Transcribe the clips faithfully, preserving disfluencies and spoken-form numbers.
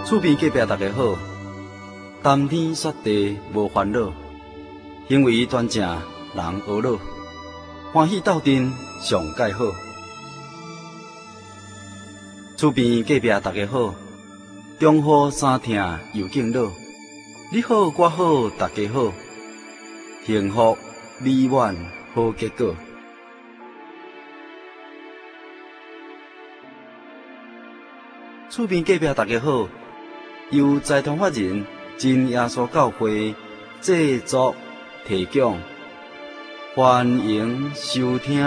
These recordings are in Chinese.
厝边隔壁大家好，谈天说地无烦恼，行为端正人学老，欢喜斗阵上介好。厝边隔壁大家好，中好三听又敬老，你好我好大家好，幸福美满好结果。厝边隔壁大家好，由财团法人真耶稣教会制作提供，欢迎收听。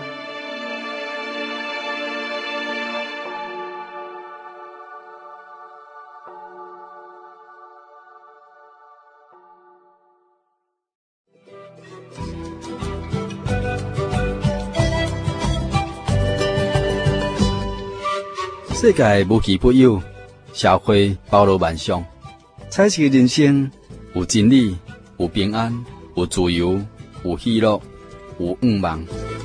世界无奇不有，社会包罗万象，彩色人生有真理，有平安，有自由，有喜乐，有愿望。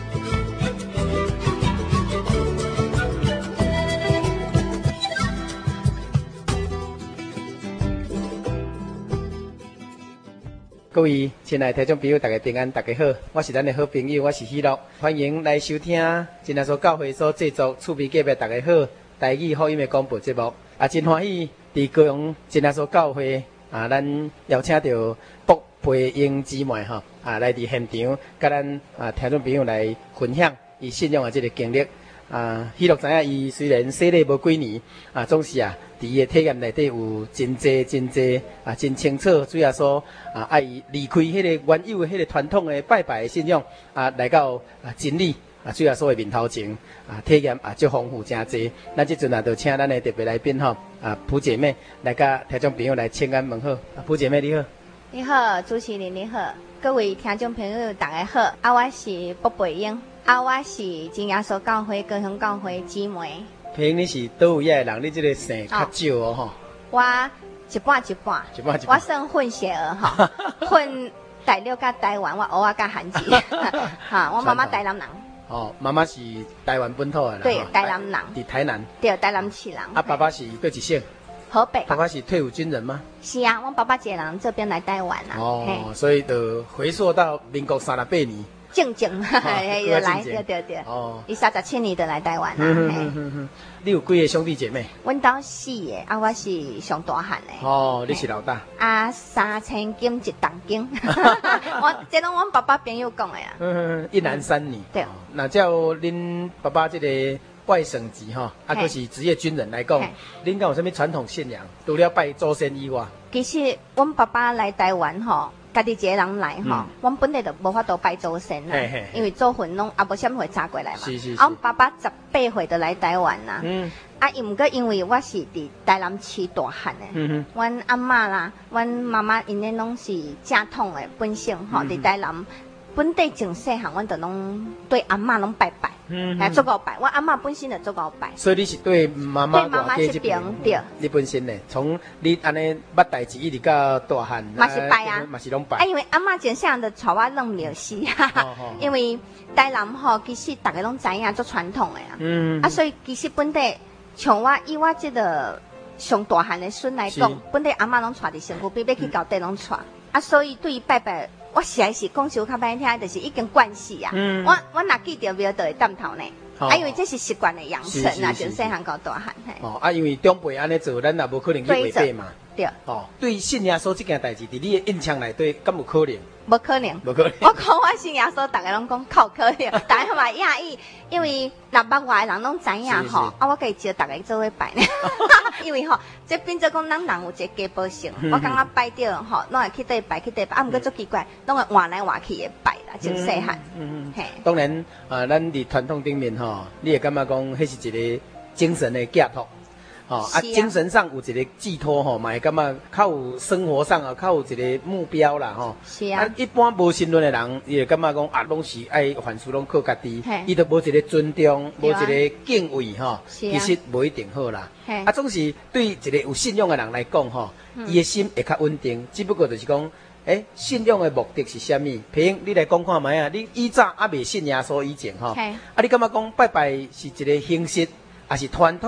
各位亲爱的听众朋友，大家平安，大家好，我是咱的好朋友，我是喜乐，欢迎来收听真耶稣教会所制作厝边隔壁大家好台语福音的广播节目。啊，真欢喜伫高雄真耶稣教会啊，咱邀请到卜培英姊妹吼啊来伫现场，甲咱啊听众朋友来分享伊信仰的这个经历。啊，喜乐知影伊虽然洗礼无几年啊，总是啊，伫伊的体验内底有真济真济啊，真清楚，主要说啊，爱离开迄个原有的迄个传统的拜拜的信仰啊，来到啊真理啊，主要说的面头前啊，体验啊，足丰富真济。咱即阵啊，就请咱的特别来宾吼啊，蒲姐妹来甲听众朋友来请安问好。啊，蒲姐妹你好。 你好，主持人你好，各位听众朋友大家好，啊，我是卜培英。啊，我是真耶稣教会高雄教会姊妹。 培英，你是倒位的人？你这个姓较少哦吼。 我一半一半， 一半一半。 我算混血儿哈，混大陆甲台湾，我偶尔甲韩籍。哈，我妈妈台南人。 哦，妈妈是台湾本土的啦。 对，台南人。 伫台南。 对，台南市人。 啊，爸爸是对一姓。 河北。 爸爸是退伍军人吗？ 是啊，我爸爸一个人这边来台湾啊。 哦，所以就回溯到民国三十八年。 正正，来对对对，哦，伊三十七年就来台湾啦。 你有几个兄弟姐妹？ 阮兜四个，啊，我是上大汉的。 哦，你是老大。啊， 三千斤一重斤，我这拢阮爸爸朋友讲的啊。 嗯，一男三女。对。那照恁爸爸这个外省籍哈，啊，佫是职业军人来讲，恁敢有啥物传统信仰？除了拜祖先以外， 其实阮爸爸来台湾吼。家己一个人来吼，阮本来就无法度拜祖先啦，因为祖坟拢也无啥物会查过来嘛。 是是是。 啊，阮爸爸十八岁就来台湾啦。嗯。啊，伊毋过因为我是伫台南市大汉的，嗯哼。阮阿嬷啦，阮妈妈因咧拢是正统的本性吼，伫台南本地从细汉，阮就拢对阿嬷拢拜拜，嗯，哎，做够拜。我阿嬷本身就做够拜。 所以你是对妈妈对妈妈这边对。 你本身呢，从你安尼捌代志一直到大汉， 嘛是拜啊， 嘛是拢拜。 啊，因为阿嬷真细汉就带我弄庙死，因为台南吼，其实大家拢知影做传统的啊，嗯，啊，所以其实本地像我以我这个上大汉的孙来讲，本地阿嬷拢带伫身躯边，要去到底拢带，啊，所以对于拜拜。我实在是讲句较歹听，就是已经惯死啊！嗯、我我若记着庙，就会点头呢。哦、啊，因为这是习惯的养成啊，从细汉到大汉。 哦，啊，因为长辈安尼做，咱也无可能去违背嘛。 对。 哦，对信耶稣这件代志，伫你的印象内底，敢有可能？ 无可能。 无可能。 我讲我信耶稣，大家拢讲靠可能，大家嘛讶异，因为若捌我的人拢知影吼，啊，我可以招大家做伙拜呢。因为吼，这变做讲咱人有一个家宝性，我感觉拜着吼，拢会去对拜去对拜，啊，毋过足奇怪，拢会换来换去的拜啦，真细汉。嗯嗯。嘿。当然，啊，咱伫传统顶面吼，你会感觉讲，迄是一个精神的寄托。哦啊，精神上有一个寄托吼，嘛会感觉较有生活上啊，较有一个目标啦吼。 是啊。啊， 一般无信论的人，伊会感觉讲啊，拢是爱凡事拢靠家己，伊都无一个尊重，无一个敬畏吼，其实无一定好啦。啊，总是对一个有信仰的人来讲吼，伊的心会较稳定。只不过就是讲，诶，信仰的目的是啥物？平，你来讲看觅啊，你以早还未信耶稣以前吼，啊，你感觉讲拜拜是一个形式，还是传统？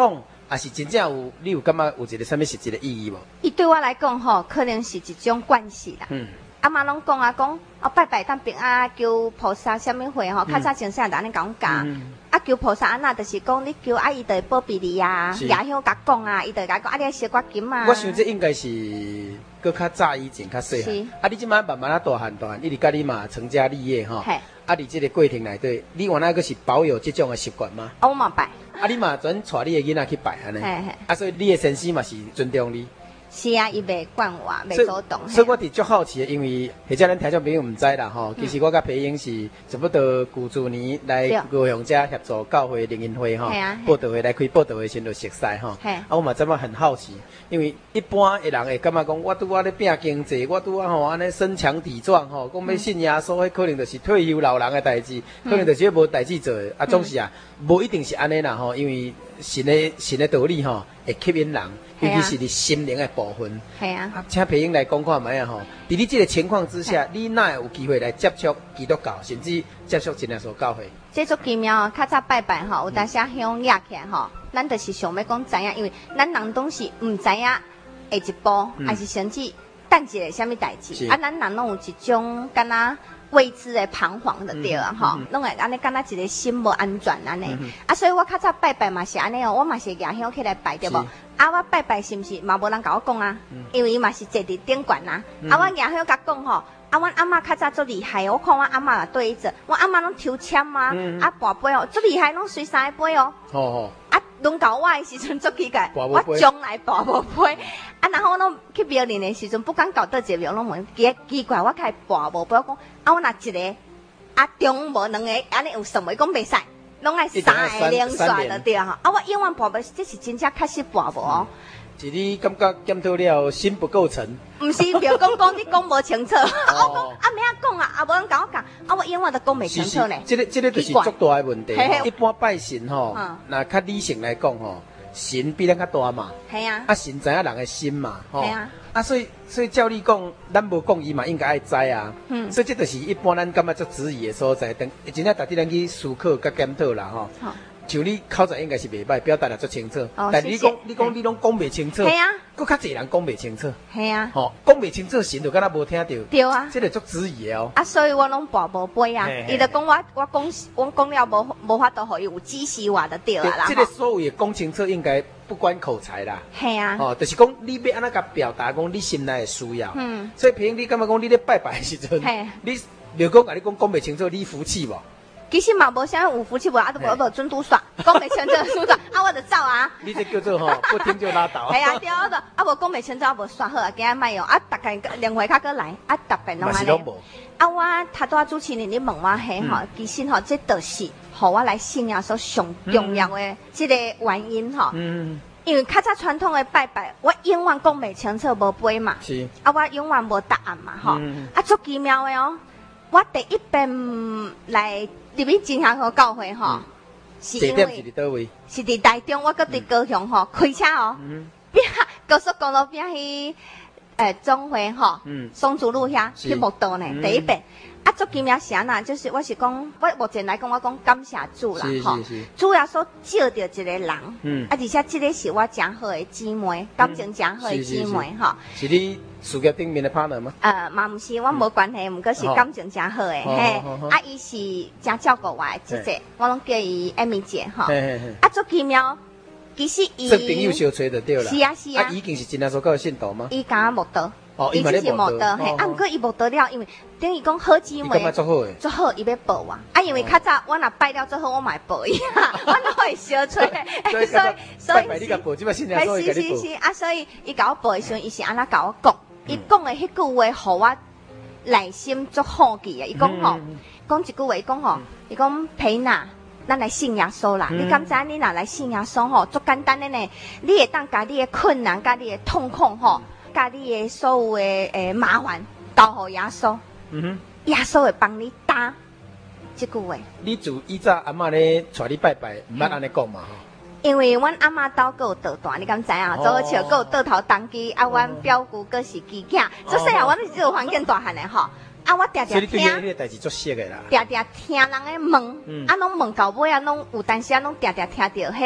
还是真正有你有感觉有一个什么实际的意义无？ 伊对我来讲吼，可能是一种关系啦。嗯。阿妈拢讲啊，讲啊拜拜当平安求菩萨什么会吼，较早前生人安尼讲讲，啊求菩萨安那就是讲你求啊伊就会保庇你啊，也晓甲讲啊，伊就甲讲啊你要小我金啊。 我想这应该是搁较早以前较细汉，啊你即摆慢慢啊大汉大汉，一直甲你嘛成家立业吼，啊伫即个过程内底，你原来阁是保有这种的习惯吗？ 啊我嘛拜， 啊你嘛准带你的囡仔去拜安尼，啊所以你的先生嘛是尊重你。 是啊，伊袂管我，袂主动。 所以我伫足好奇的，因为或者咱听众朋友毋知啦吼，其实我甲培英是差不多旧主年来高雄遮协助教会灵恩会吼，报道会来开报道会时就熟悉吼。啊，我嘛怎么很好奇，因为一般的人会感觉讲，我拄啊咧拼经济，我拄啊吼安尼身强体壮吼，讲要信耶稣，迄可能就是退休老人的代志，可能就是无代志做的。啊，总是啊，无一定是安尼啦吼，因为神的神的道理吼，会吸引人。尤其是你心灵的部分， 系啊， 啊，请培英来讲看卖啊吼。伫你这个情况之下，你哪有机会来接触基督教，甚至接触真耶稣教会？ 这足奇妙哦！较早拜拜吼，有当时向压起来吼，咱就是想要讲知影，因为咱人拢是毋知影下一步，还是甚至等一个什么代志，啊，咱人拢有一种敢若未知的彷徨的对啊，吼，拢会安尼敢若一个心无安全安尼，啊，所以我较早拜拜嘛是安尼哦，我嘛是举香起来拜对无？啊，我拜拜是毋是嘛无人甲我讲啊？因为伊嘛是坐伫顶悬啊。啊，我举香甲讲吼，啊，阮阿嬷较早足厉害，我看阮阿嬷啦对伊做，阮阿嬷拢抽签啊，啊，跋杯哦，足厉害，拢随三个杯哦。哦哦。啊，轮到我的时阵足奇怪，我从来跋无杯。啊，然后我拢去庙里的时阵，不管到倒一个庙，拢问奇奇怪，我开跋无杯，我讲啊，我若一个啊中无两个，安尼有算袂讲袂使。拢爱三个连刷就对吼，啊！我永远跋无，这是真正确实跋无哦。 是你感觉检讨了心不够诚？ 毋是，比如讲讲你讲无清楚，我讲啊咩啊讲啊，啊无人甲我讲，啊我永远都讲袂清楚呢。 这个这个就是足大的问题。一般拜神吼，那较理性来讲吼，神比咱较大嘛。系啊。啊神知影人的心嘛，吼。系啊。啊所以所以照你讲，咱无讲伊嘛应该爱知啊。嗯。所以这就是一般咱感觉足质疑的所在，等真正值得咱去思考甲检讨啦，吼。好。像你口才应该是袂歹，表达得足清楚。哦，但你讲你讲你拢讲袂清楚。系啊。佫较侪人讲袂清楚。系啊。吼，讲袂清楚，神就敢若无听到。对啊。这个足质疑的哦。啊，所以我拢跋无杯啊。伊就讲我我讲我讲了无无法度互伊有指示我就对啊啦。这个所谓的讲清楚，应该不关口才啦。系啊。哦，就是讲你要安怎甲表达讲你心内的需要。嗯。所以平你感觉讲你咧拜拜的时阵，你刘讲甲你讲讲袂清楚，你服气无？其实嘛无啥有福气无，啊都无无准拄煞，讲袂清楚拄煞，啊我就走啊。你这叫做吼，不听就拉倒。系啊，对啊，啊无讲袂清楚，啊无煞好啊，今仔卖用，啊逐个连回较过来，啊逐遍拢安尼。啊我头拄仔主持人你问我迄吼，其实吼这就是互我来信仰所上重要的这个原因吼。嗯。因为较早传统的拜拜，我永远讲袂清楚，无杯嘛。是。啊我永远无答案嘛吼。啊足奇妙的哦，我第一遍来。入去真香河教会吼，是因为是伫倒位？是伫台中，我搁伫高雄吼开车哦，边高速公路边去诶中会吼，松竹路遐去木道呢。第一遍啊，足奇妙啥呐？就是我是讲，我目前来讲，我讲感谢主啦吼，主要所招着一个人，啊，而且这个是我真好的姊妹，感情真好的姊妹吼。是你事业顶面的 partner 吗？呃，嘛毋是，我无关系，毋过是感情真好的嘿。啊，伊是真照顾我的姐姐，我拢叫伊艾米姐吼。啊，足奇妙，其实伊做朋友小吹就对啦。是啊是啊。啊，已经是真正所教的信徒吗？伊敢无道。哦，伊就是无道嘿。啊，毋过伊无道了，因为等于讲好姊妹。伊感觉足好诶。足好，伊要报我。啊，因为较早我若拜了最好，我嘛会报伊啊，我拢会小吹。所以所以是。是是是啊，所以伊甲我报的时阵，伊是安怎甲我讲？伊讲的迄句话，互我内心足好奇的。伊讲吼，讲一句话，伊讲吼，伊讲培娜，咱来信耶稣啦。你敢知你若来信耶稣吼，足简单的呢。你会当甲你的困难、甲你的痛苦吼，甲你的所有的诶麻烦，交互耶稣。嗯哼，耶稣会帮你担。这句话。你自以早阿嬷咧带你拜拜，毋捌安尼讲嘛吼？因为阮阿嬷兜佫有倒段，你敢知影？做笑佫有倒头当机，啊，阮表姑佫是机囝，所以细汉阮是这个环境大汉的吼。啊，我常常听，所以你对迄个代志足熟的啦。常常听人的问，啊，拢问到尾啊，拢有当时啊，拢常常听到迄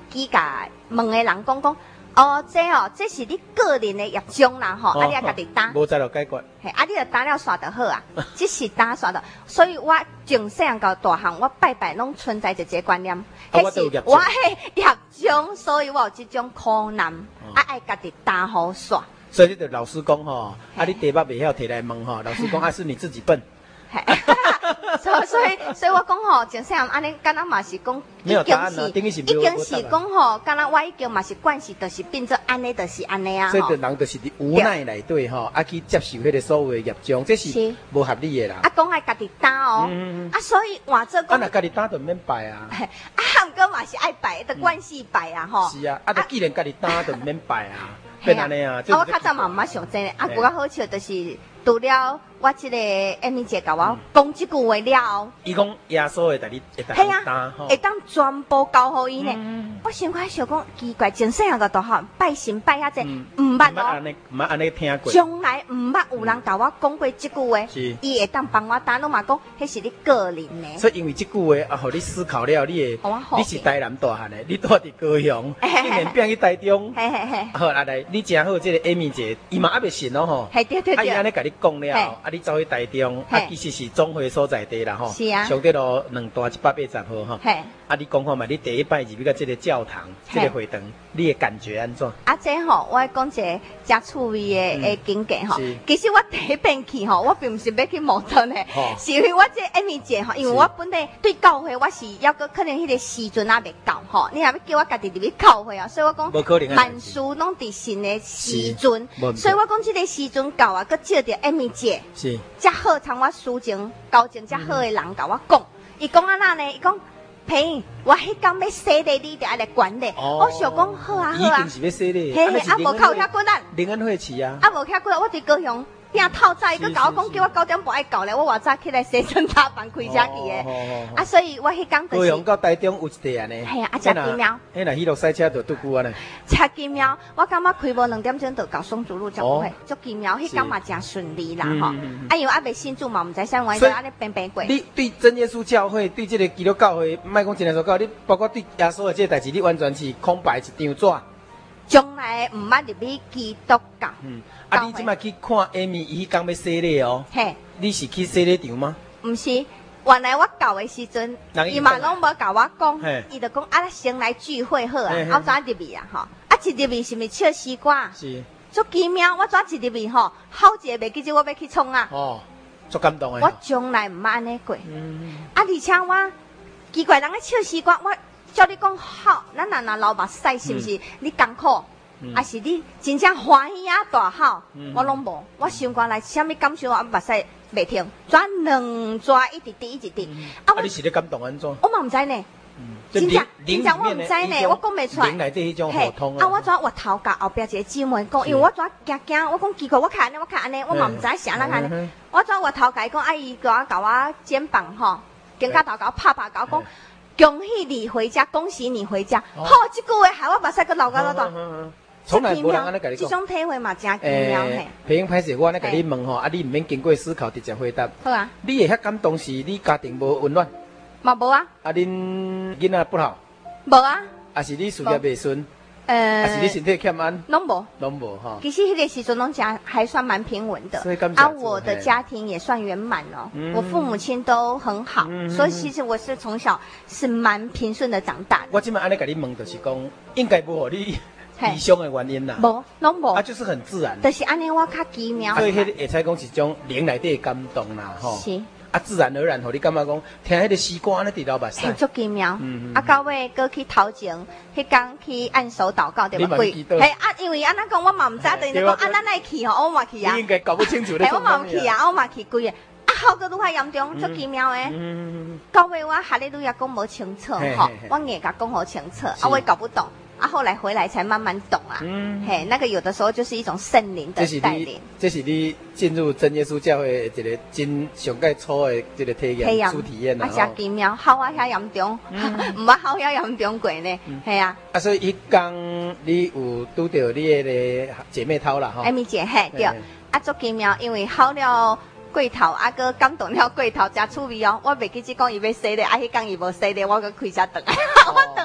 记甲问的人讲讲，哦，这哦，这是你个人的业障啦吼，啊，你要家己担。 无再落解决。 嘿，啊，你就担了煞就好啊，只是担煞的。所以我从细汉到大汉，我拜拜拢存在一个观念， 迄是我嘿业障，所以我有这种苦难，啊，爱家己担好煞。 所以你就老师讲吼，啊，你题目袂晓摕来问吼，老师讲啊是你自己笨。 所以所以所以我讲吼，从细汉安尼，敢若嘛是讲， 已经是已经是讲吼，敢若我已经嘛是惯势，就是变做安尼，就是安尼啊。 所以人就是伫无奈内底吼，啊去接受迄个所有的业障，这是无合理的啦。 啊，讲爱家己担哦，啊，所以换做讲， 啊，若家己担就免拜啊。 啊，毋过嘛是爱拜，得惯势拜啊吼。 是啊，啊，既然家己担就免拜啊，变安尼啊。 啊，我较早嘛毋捌想真诶，啊，更较好笑就是除了我即个艾米姐甲我讲即句话了后， 伊讲耶稣会带你会带你担吼， 会当全部交互伊呢。我想看想讲奇怪，从细汉到大汉拜神拜遐济，毋捌哦， 毋捌安尼听过， 从来毋捌有人甲我讲过即句话，伊会当帮我担，拢嘛讲，迄是你个人的。 所以因为即句话啊，互你思考了，你会，你是台南大汉的，你住伫高雄，竟然变去台中，好啊来，你真好，即个艾米姐，伊嘛还未信咯吼， 对对对， 啊伊安尼甲你讲了，啊你走去台中，啊其实是总会所在地啦吼， 是啊， 上底路两大一百八十号吼，啊你讲看嘛，你第一拜入去到即个教堂，即个会堂，你的感觉安怎？ 啊这吼，我讲一个真趣味的诶境界吼，其实我第一遍去吼，我并毋是要去摩登的，是因为我这艾米姐吼，因为我本来对教会我是要个可能迄个时阵还未到吼，你若要叫我家己入去教会啊，所以我讲万事拢伫神的时阵，所以我讲即个时阵到啊，佮借着艾米姐， 是， 遮好像我事情交情遮好的人甲我讲，伊讲啊那呢，伊讲。嘿，我迄天要洗礼，你得爱来管的。我想讲好啊好啊， 已经是要洗礼， 嘿嘿，啊无靠遐困难， 灵恩会去啊， 啊无遐困难，我伫高雄。拼透早，伊佮甲我讲，叫我九点半爱到咧，我偌早起来洗身打扮开车去诶。啊，所以我迄天就是。高雄到台中有一地安尼。 系啊，啊，真奇妙。 迄若迄落赛车就拄久啊呢。 真奇妙，我感觉开无两点钟就到松竹路教会，足奇妙，迄天嘛真顺利啦吼。啊，因为还未信主嘛，毋知啥原因，安尼变变过。 你对真耶稣教会，对这个基督教会，莫讲真耶稣教会，你包括对耶稣的这个代志，你完全是空白一张纸。 从来毋捌入去基督教。 嗯，啊，你即摆去看艾米，伊讲要洗礼哦。嘿，你是去洗礼场吗？ 毋是，原来我到的时阵，伊嘛拢无甲我讲，伊就讲啊，先来聚会好啊，我怎入去啊？吼，啊，一入去是毋是唱诗歌？是。足奇妙，我怎一入去吼，好一个袂记住我要去创啊。哦， 足感动的。 我从来毋捌安尼过。嗯。啊，而且我奇怪，人咧唱诗歌，我。照你讲好，咱若若流目屎，是毋是你艰苦，还是你真正欢喜啊大好？我拢无，我想过来，啥物感受啊目屎袂停，转两抓一直滴一直滴。 啊，你是咧感动安怎？ 我嘛毋知呢，真正真正我毋知呢，我讲袂出来。 灵内底迄种互通啊！我怎我头甲后壁一个姊妹讲，因为我怎惊惊，我讲奇怪，我看安尼，我看安尼，我嘛毋知啥人安尼。我怎我头甲伊讲，阿姨甲我甲我肩膀吼，肩胛头甲我拍拍，甲我讲。恭喜你回家，恭喜你回家。好，这句话害我目屎佮流到落大。 从来无人安尼甲你讲。 这种体会嘛，真奇妙嘿。 皮影歹势，我安尼甲你问吼，啊，你毋免经过思考直接回答。 好啊。 你会遐感动是你家庭无温暖？ 嘛无啊。 啊，恁囡仔不好？ 无啊。 啊，是你事业袂顺？ 呃， 还是你身体欠安？ 拢无， 拢无哈。 其实迄个时阵拢家还算蛮平稳的，啊，我的家庭也算圆满哦，嗯、我父母亲都很好，嗯、所以其实我是从小是蛮平顺的长大的。 我今麦安尼甲你问，就是讲应该无互你理想的原因啦， 无，拢无， 啊，就是很自然， 就是安尼我较奇妙。 所以迄会使讲是种灵内底的感动啦，吼。 是。 啊，自然而然，互你感觉讲，听迄个诗歌安尼直流目屎， 足奇妙。嗯嗯。啊，到尾过去头前，迄天去按手祷告对无？贵。嘿啊，因为安那讲我嘛毋知，等于讲安那来去吼，我嘛去啊。 你应该搞不清楚咧。 嘿，我嘛去啊，我嘛去贵个。啊，好个愈发严重，足奇妙诶。嗯。到尾我哈利路亚讲无清楚吼，我硬甲讲好清楚，啊，我也搞不懂。啊，后来回来才慢慢懂啊。嗯，嘿，那个有的时候就是一种圣灵的带领。 这是你进入真耶稣教会的一个真上盖初的这个体验、初体验啦。 啊，真奇妙，好啊遐严重，唔捌好遐严重过呢。系啊。啊， 所以迄天你有拄到你的姐妹淘啦，吼。 艾米姐，嘿，对。啊，足奇妙，因为好了。过头啊，佮感动了过头，真趣味哦！我袂记只讲伊要洗咧，啊，迄天伊无洗咧，我佮开车转来，我转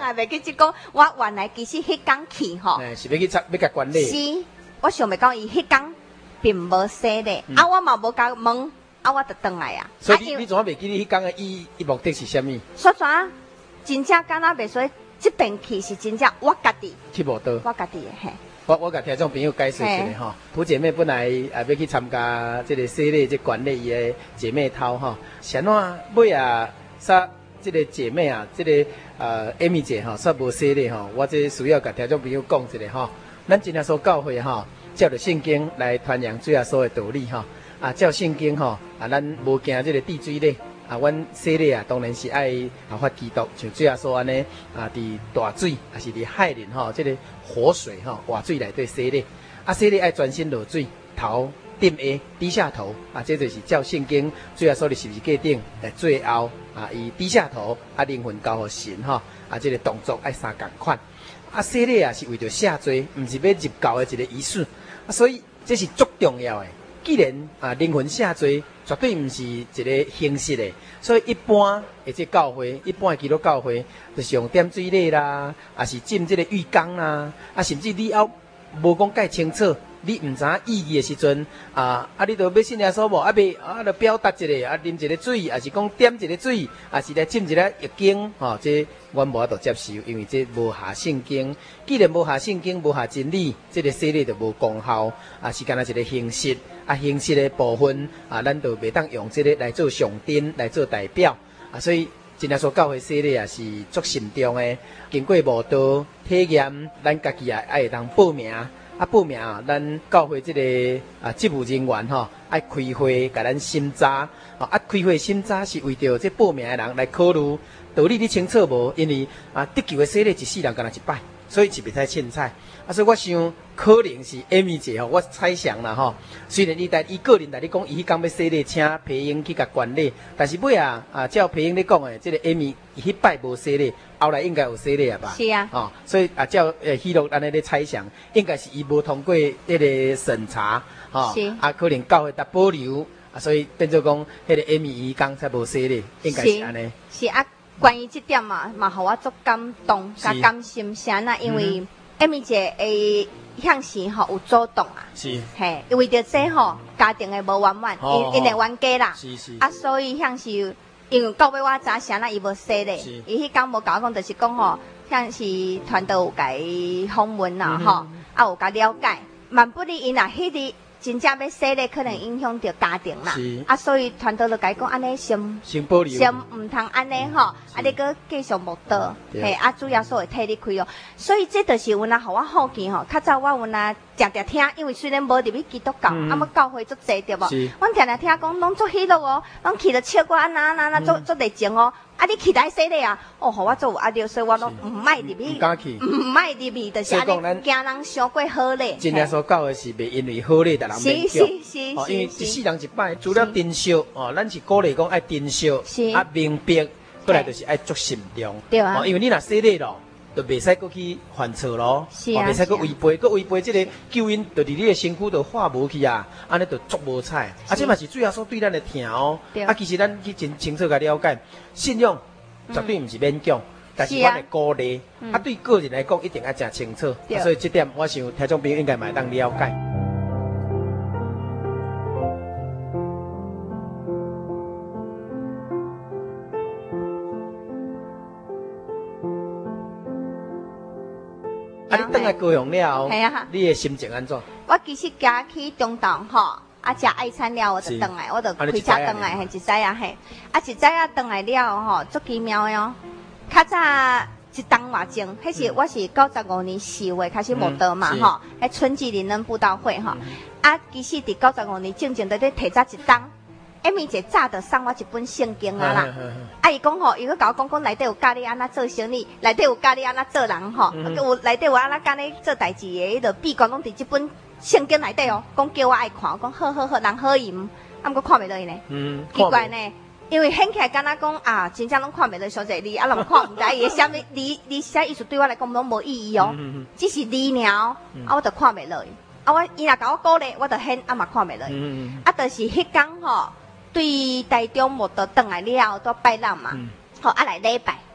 也袂记即讲，我原来其实迄天去吼， 哎，是要去插要甲管理。 是，我想袂讲伊迄天并无洗咧，嗯、啊，我嘛无甲问，啊，我就转来啊。 所以你、啊、你怎啊袂记你迄天的意伊目的是啥物？ 说啥？真正敢若袂说，即边去是真正我家己去无倒， 我家己的嘿。 我我甲听众朋友解释一下吼，普姐妹本来也要去参加这个洗礼这管理伊的姐妹淘吼，啥怎尾啊煞这个姐妹啊，这个呃艾米姐吼煞无洗礼吼，我这需要甲听众朋友讲一下吼，咱真耶稣教会吼，照着圣经来传扬主耶稣的道理吼，啊照圣经吼，啊咱无惊这个地水礼。啊，阮洗礼啊，当然是爱啊发基督，像主耶稣安尼啊，伫大水啊是伫海里吼，即、这个活水吼，活水内底洗礼。啊，洗礼爱全身落水，头点下低下头啊，这就是照圣经主耶稣伫十字架顶来最后啊，伊低下头啊，灵魂交互神吼啊，这个动作爱三共款。啊，洗礼啊是为着赦罪，毋是要入教的一个仪式啊，所以这是足重要的。既然啊灵魂赦罪绝对毋是一个形式的，所以一般或者教会，一般的基督教会，就是用点水礼啦，啊是浸这个浴缸啦，啊甚至你要无讲介清楚，你毋知影意义的时阵，啊啊你著要信耶稣无？啊袂啊，著表达一下，啊啉一个水，啊是讲点一个水，啊是来浸一个浴经，吼、哦，这阮无法度接受，因为这无合圣经。既然无合圣经，无合真理，这个洗礼就无功效，啊是干那一个形式。啊，形式的部分啊，咱就袂当用这个来做上灯，来做代表啊，所以真正说教会洗礼也是足慎重的。经过无道体验，咱家己也爱会当报名啊，报名啊，咱教会这个啊职务人员吼，爱开会甲咱审查啊，啊开会审查是为着这报名的人来考虑道理你清楚无？因为啊得救的洗礼一世人干那一摆，所以是袂使凊彩。啊，所以我想可能是艾米姐吼，我猜想啦吼。虽然伊在伊个人来你讲，伊讲要洗礼，请培英去甲管理，但是尾啊啊，照培英你讲的，这个艾米伊迄摆无洗礼，后来应该有洗礼啊吧？ 是啊。 哦，所以啊，照呃希洛安尼咧猜想，应该是伊无通过迄个审查，吼、哦，是啊，可能教会得保留啊，所以变做讲，迄个艾米伊讲才无洗礼，应该是安尼。 是啊，关于这点嘛，嘛互我足感动，甲感心啥呐？因为。嗯艾米姐诶，向时吼有主动啊， 是， 嘿，因为着这吼家庭诶无圆满，因因诶冤家啦， 是是， 啊，所以向时因为到尾我知啥那伊无说咧，伊迄讲无甲我讲，就是讲吼，向时团队有甲伊访问啦吼，啊有甲了解，万不哩因啊迄日。真正要洗咧，可能影响到家庭啦。啊，所以团队就甲伊讲安尼先先保留， 先毋通安尼吼，啊，你搁继续无倒，嘿，啊，主要所会替你开哦。所以这就是有呐，互我好奇吼。较早我有呐常常听，因为虽然无入去基督教，啊，要教会足济对无？阮常常听讲，拢做迄落哦，拢去了笑我安那安那那做做热情哦。啊，你去来洗礼啊？哦，互我做有压力，所以我拢毋爱入去， 毋敢去， 毋爱入去，就是安尼，惊人伤过好咧。 真正所教的是袂因为好咧，但人免叫， 哦， 因为一世人一摆，除了珍惜哦，咱是鼓励讲爱珍惜，啊明白，过来就是爱足慎重， 对啊， 哦，因为你若洗礼咯。就袂使搁去犯错咯，袂使搁违背，搁违背这个救恩，就伫你的身躯就化无去啊，安尼就足无彩。啊，这嘛是主要所对咱的疼哦。啊，其实咱去真清楚甲了解，信仰绝对毋是勉强，但是我的鼓励，啊，对个人来讲一定要真清楚。所以这点，我想听众朋友应该嘛当了解。啊！你倒来高雄了后，你的心情安怎？ 我其实家去中岛吼，啊食爱餐了，我就倒来，我就开车倒来，嘿，一早啊嘿，啊一早啊倒来了吼，足奇妙的哦。较早一冬外前，迄是我是九十五年四月开始无倒嘛吼，迄春季灵恩布道会吼，啊其实伫九十五年正正在咧提早一冬。艾米姐早就送我一本圣经啊啦，啊伊讲吼，伊佮我讲讲内底有教你安怎做生意，内底有教你安怎做人吼，有内底有安怎教你做代志的，迄个秘诀拢伫即本圣经内底哦。讲叫我爱看，我讲好好好，人好淫，啊毋过看袂落去呢，嗯，奇怪呢，因为显起来敢若讲啊，真正拢看袂落小姐字，啊人看毋知伊啥物字，字啥意思对我来讲拢无意义哦，只是字尔，啊我就看袂落去，啊我伊若甲我鼓励，我就显啊嘛看袂落去，啊就是迄天吼。对台中无得倒来了，都拜六嘛，好、嗯、啊来礼拜，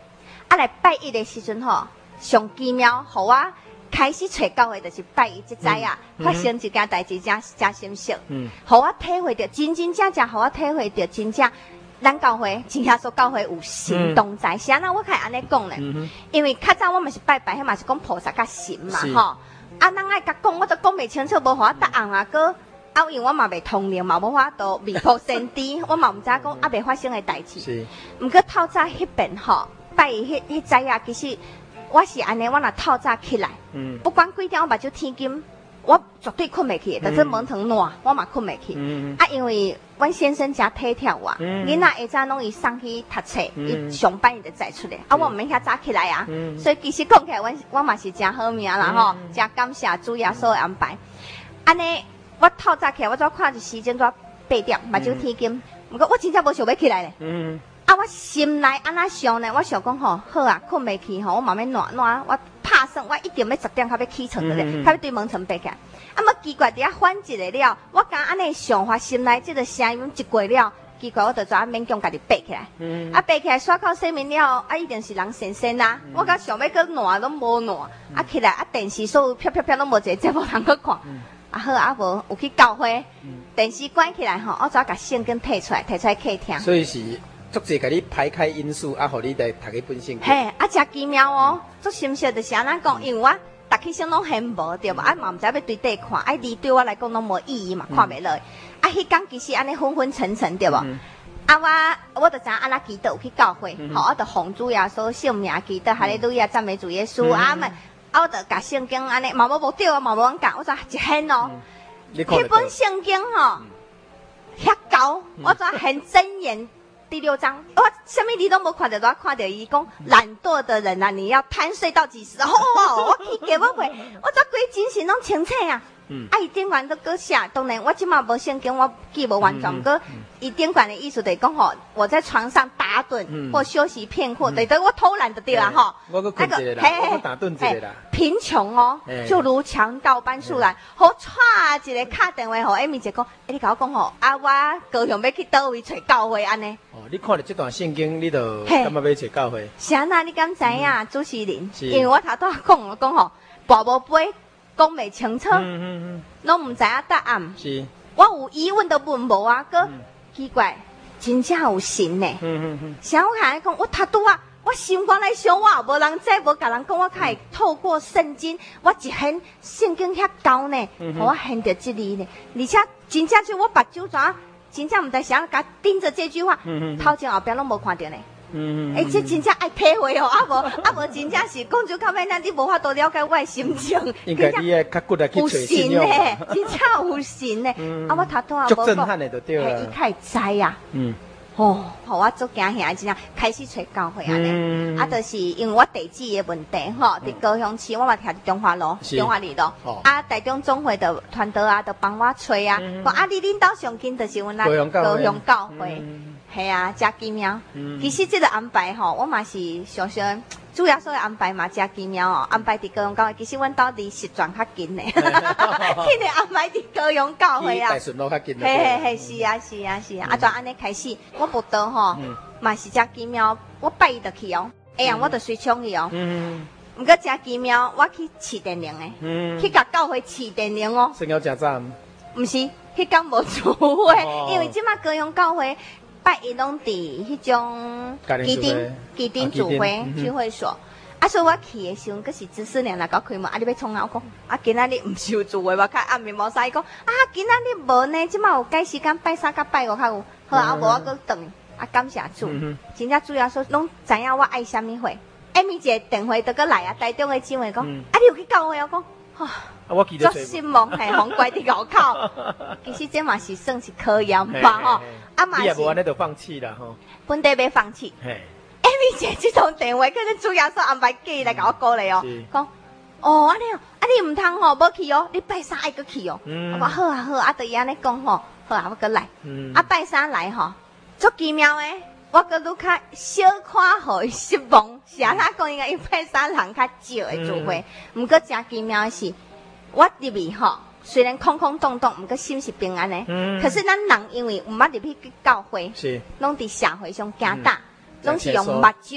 啊来拜一的时阵吼，上奇妙，互我开始找教会，就是拜一即知啊，嗯、发生一件代志，真真深刻，嗯，互我体会到，真真正正，互我体会到，真正咱教会，真正说教会有行动在，是安那我可以安尼讲咧，嗯、因为较早我嘛是拜拜，迄嘛是讲菩萨甲神嘛，吼，啊，咱爱甲讲，我都讲袂清楚，无互我答案啊，个。啊，因为我嘛袂通灵，嘛无法度未卜先知，我嘛毋知讲啊袂发生的代志。是。毋过透早迄边吼，拜迄迄知啊，其实我是安尼，我若透早起来，嗯，不管几点我目睭天金，我绝对困袂去，但是门窗烂，我嘛困袂去。嗯。啊，因为阮先生诚体贴我，囡仔下早拢伊送去读册，伊上班伊就载出来，啊，我毋免遐早起来啊。嗯。所以其实讲起来，阮我嘛是诚好命啦吼，诚感谢主耶稣的安排。安尼。我透早起来，我只看一时间只八点，目睭天金。毋过我真正无想要起来咧。嗯。啊，我心内安那想呢？我想讲吼，好啊，困袂去吼，我慢慢暖暖，我拍算我一定要十点才要起床的咧，才要对门窗爬起来。啊，么奇怪，伫遐反一个了，我刚安尼想法，心内即个声音一过了，奇怪，我就怎勉强家己爬起来。嗯。啊，爬起来刷口洗面了，啊，一定是人先生啦。我甲想要去暖都无暖，啊起来啊电视所有飘飘飘拢无一个节目通去看。啊好啊无有去教会，嗯、电视关起来吼，我再甲圣经摕出来，摕出来客听。 所以是足济甲你排开因素，啊，互你来读去本圣经。 嘿，啊，真奇妙哦！足深刻就是安怎讲，因为我读起身拢很无对无，啊嘛毋知要对底看，啊离对我来讲拢无意义嘛，看袂落。啊，迄天其实安尼昏昏沉沉对无？嗯、啊我我就知影安那祈祷有去教会，吼、嗯，我就奉主耶稣圣名祈祷，哈利路亚赞美主耶稣，啊嘛。啊，我就甲圣经安尼，嘛无无对啊，嘛无人教，我就一掀哦。迄本圣经吼，遐高，我就很真言第六章，我什么字都无看到，我看到伊讲懒惰的人啊，你要贪睡到几时？哦，我去给我回，我这规精神拢清楚啊。嗯。啊，伊顶管都搁写，当然我即马无圣经，我记无完全，搁伊顶管的意思就是讲吼，我在床上打盹或休息片刻，对对，我偷懒就对啦吼。 我搁困一个啦，我打盹一个啦。 贫穷哦，就如强盗般出来，好歘一个打电话互艾米姐讲，你甲我讲吼，啊我高雄要去倒位找教会安尼。 哦，你看了这段圣经，你就感觉要找教会？ 是啊，那你敢知影主持人？因为我头拄讲我讲吼，跋无杯。讲袂清楚，拢毋知影答案。是，我有疑问都问无啊，个、嗯、奇怪，真正有神呢。嗯嗯嗯。想我看讲，我头拄啊，我心肝来想，我也无人知，无甲人讲，我可以透过圣经，我一现圣经遐高呢，嗯、我现着这里呢，而且真正就我目睭怎，真正毋知想甲盯着这句话，嗯、头前后边拢无看到呢。嗯，哎，这真正爱体会哦，啊无啊无，真正是讲就较尾，咱你无法度了解我的心情。 应该你诶较骨来去找信仰。 有神呢，真正有神呢。啊，我头拄啊无讲， 足震撼的就对了。 伊开知啊。嗯。哦，互我足惊吓，真正开始找教会安尼。啊，就是因为我地址的问题吼，伫高雄市，我嘛徛伫中华路、中华里路。啊，台中总会的团队啊，都帮我找啊。讲啊，你领导上近就是阮那高雄教会。系啊，真奇妙。嗯、其实这个安排吼，我嘛是想想，主要所以安排嘛真奇妙哦。安排伫高雄教会，其实阮到离石庄较近呢，今日安排伫高雄教会啊。 顺路较近。 嘿嘿嘿，是啊是啊是啊，啊，就安尼开始，我报道吼，嘛是真奇妙。我拜伊就去哦，哎呀，我就随冲去哦。嗯。毋过真奇妙，我去试电铃诶，嗯、去甲教会试电铃哦。 生了真早。 毋是，迄天无聚会，因为即马高雄教会。拜伊拢伫迄种基丁基丁主会聚会所，啊，所以我去的时候，可是知识娘来搞开门，啊，你要创啊？我讲啊，今仔日毋是有聚会，我较暗暝无使讲啊，今仔日无呢，即马有改时间拜三甲拜五较有，好啊，无我搁等啊，感謝主，真正主要說攏知影我愛啥物會，艾米姐電話都搁來啊，台中的姊妹講，啊，你有去教會？我講，啊， 我記得做新夢係紅怪佇後口，其實這嘛是算是考驗吧，吼。 你也無安尼就放棄啦吼， 本地要放棄。艾米姐這通電話，可能主要說安排寄來甲我鼓勵哦，講哦安尼哦，啊你唔通吼無去哦，你拜三愛閣去哦。我話好啊好啊，就伊安尼講吼，好啊我閣來。啊拜三來吼，足奇妙誒，我閣愈較小看互伊失望，是安怎講應該因拜三人較少誒聚會，毋過真奇妙誒是，我入去吼。雖然空空洞洞，毋過心是平安的。嗯、可是咱人因為毋捌入去去教會，攏佇社會上行大，攏、嗯、是用目睭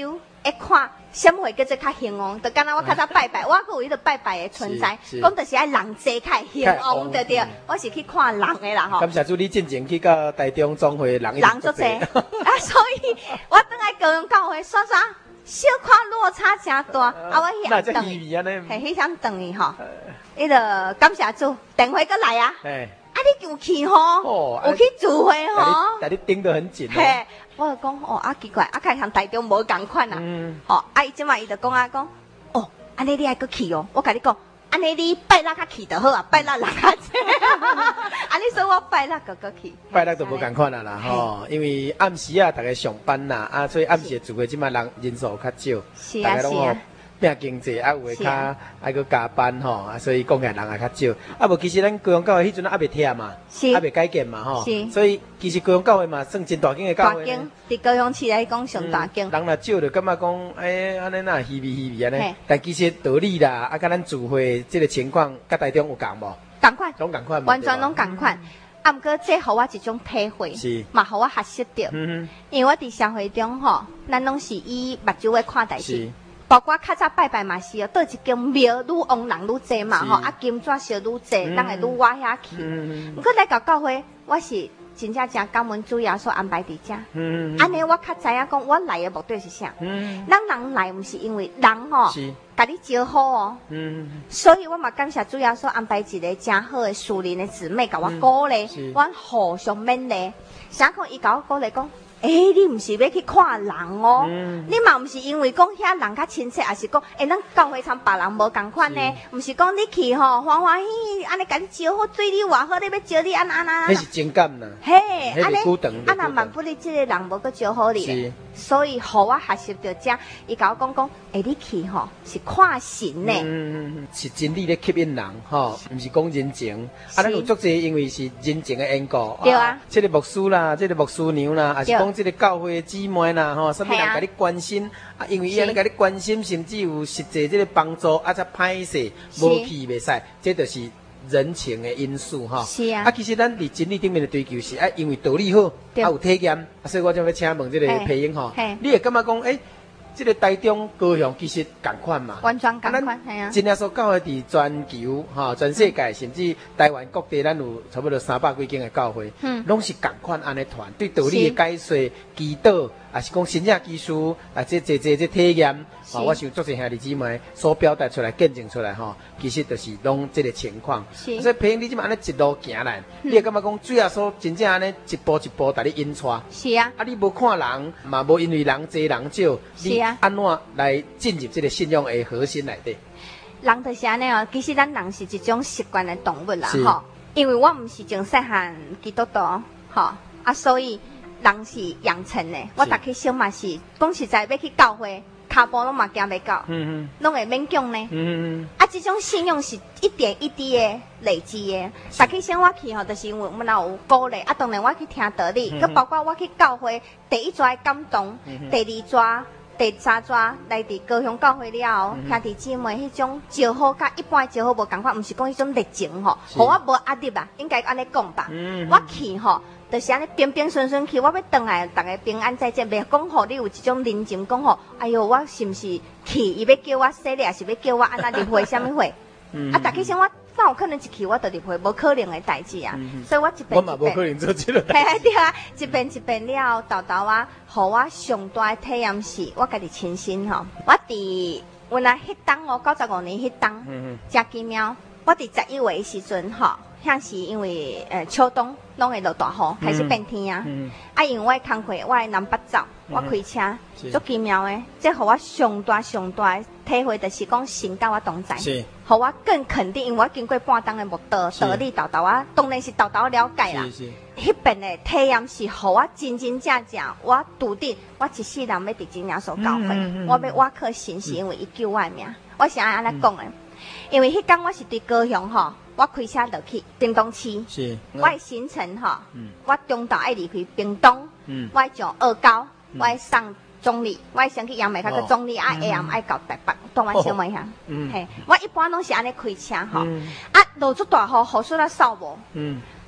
会看什么会叫做较兴旺，就敢若我较早拜拜，我还有迄个拜拜的存在，讲就是爱人济较兴旺，对对，我是去看人的啦吼。 感谢主，你进前去到台中总会人人足济，啊，所以我等来高雄教会刷刷，小看落差真大，啊，我迄样等伊，嘿，迄样等伊吼，迄个感谢主，电话过来啊。啊，你有去吼，有去聚会吼， 但你盯得很紧。 嘿，我就讲哦，啊奇怪，啊看像台中无共款啊。嗯。吼，啊伊即马伊就讲啊讲，哦，安尼你还搁去哦？我甲你讲，安尼你拜六较去就好啊，拜六人较济。安尼说我拜六个搁去。 拜六就无共款啊啦吼，因为暗时啊，大家上班啦，啊，所以暗时的聚会即马人人数较少。 是啊是啊。 拼经济啊，有诶较爱搁加班吼，啊，所以讲起来人也较少。啊，无其实咱高雄教会迄阵还袂忝嘛，还袂改建嘛吼，所以其实高雄教会嘛算真大间诶教会。 大间，伫高雄市来讲上大间。 人若少就感觉讲，哎，安尼哪稀微稀微安尼。但其实道理啦，啊，甲咱聚会即个情况，甲台中有共无？ 共款， 拢共款， 完全拢共款。啊，毋过这互我一种体会，嘛互我学习到。嗯因为我伫社会中吼，咱拢是以目睭来看代志。包括较早拜拜嘛是哦，倒一间庙愈往人愈济嘛吼，啊金纸烧愈济，咱会愈挖遐去。毋过来到教会，我是真正真感恩主耶稣安排伫遮。安尼我较知影讲，我来的目的是啥？咱人来毋是因为人吼，甲你招好哦。所以我嘛感谢主耶稣安排一个真好的属灵的姊妹甲我鼓励，我互相勉励。啥讲伊甲我鼓励讲。哎、欸，你唔是要去看人哦，嗯、你嘛唔是因为讲遐人较亲切，还是讲哎，咱、欸、教会参别人无共款呢？唔是讲你去吼欢欢喜喜，安尼甲你招好，对你偌好，你要招你安安安。 迄是情感呐。 嘿，安尼，啊那万不你这个人无搁招好你，所以互我学习到这，伊甲我讲讲，哎、欸，你去吼是看神呢， 嗯，是真理咧吸引人吼，唔是讲人情。啊，咱有足济因为是人情的缘故。 对啊。 这个牧师啦，这个牧师娘啦，还是讲。这个教会姊妹啦，吼，什么人甲你关心啊？因为伊安尼甲你关心，甚至有实际这个帮助，啊，才歹势，无去袂使，这就是人情的因素，吼。 是啊。 啊，其实咱伫真理顶面的追求是啊，因为道理好，啊有体验，所以我就要请问这个培英吼，你会感觉讲，诶，这个台中高雄其实共款嘛？ 完全共款，系啊。 真正所教会伫全球，吼，全世界，甚至台湾各地，咱有差不多三百几间的教会，嗯，拢是共款安尼团，对道理的解说、祈祷，也是讲神迹技术，啊，这这这这体验，啊，我想足侪兄弟姊妹所表达出来、见证出来，吼，其实就是拢这个情况。是。所以培英，你即马安尼一路行来，你会感觉讲，主要说真正安尼一步一步，带你引带。 是啊。 啊，你无看人，嘛无因为人多人少， 是啊。 安怎来进入这个信仰的核心内底？ 人就是安尼哦，其实咱人是一种习惯的动物啦，吼。因为我唔是从细汉基督徒，吼啊，所以人是养成的。我逐起小嘛是讲实在要去教会，骹步拢嘛行袂到，嗯嗯，拢会勉强呢。嗯嗯啊，这种信仰是一点一滴的累积的。逐起先我去吼，就是因为我们有鼓励，啊，当然我去听道理，佮包括我去教会，第一抓感动，第二抓。第三抓来伫高雄教会了，兄弟姊妹迄种招好，甲一般招好无共款，毋是讲迄种热情吼，互我无压力啊，应该安尼讲吧。嗯、我去吼，就是安尼平平顺顺去，我要倒来，大家平安再见，袂讲吼你有一种人情，讲吼，哎哟，我是毋是去，伊要叫我洗礼，还是要叫我安那入会，啥物会？嗯、啊，大家先我。那有可能一去我就入去，无可能的代志啊！嗯、所以我一遍一遍， 我嘛无可能做这个代志。对啊，一遍一遍了，豆豆啊，互我上大的体验是，我家己亲身吼。我伫原来迄当哦，九十五年迄当，嗯真奇妙。我伫十一月的时阵吼，遐是因为呃秋冬拢会落大雨，开始变天啊。嗯、啊，因为我的工课，我的南北走，我开车，足、嗯、奇妙的。这互我上大上大的体会，就是讲神甲我同在。是。互我更肯定，因为我经过半当的木道道理豆豆啊，当然是豆豆了解啦。迄边的体验是，互我真真正正，我笃定，我一世人要伫真正所教会，嗯嗯、我要挖靠神，是因为伊救我的命。嗯、我是安尼讲的，因为迄天我是伫高雄吼，我开车落去屏东市，是我的行程吼，嗯、我中昼爱离开屏东，嗯、我上二高，嗯、我上。中立，我先去杨梅，较个中立，啊 A M 爱到台北，当我先问一下，嘿，我一般拢是安尼开车吼，啊落足大雨，雨水啊扫无，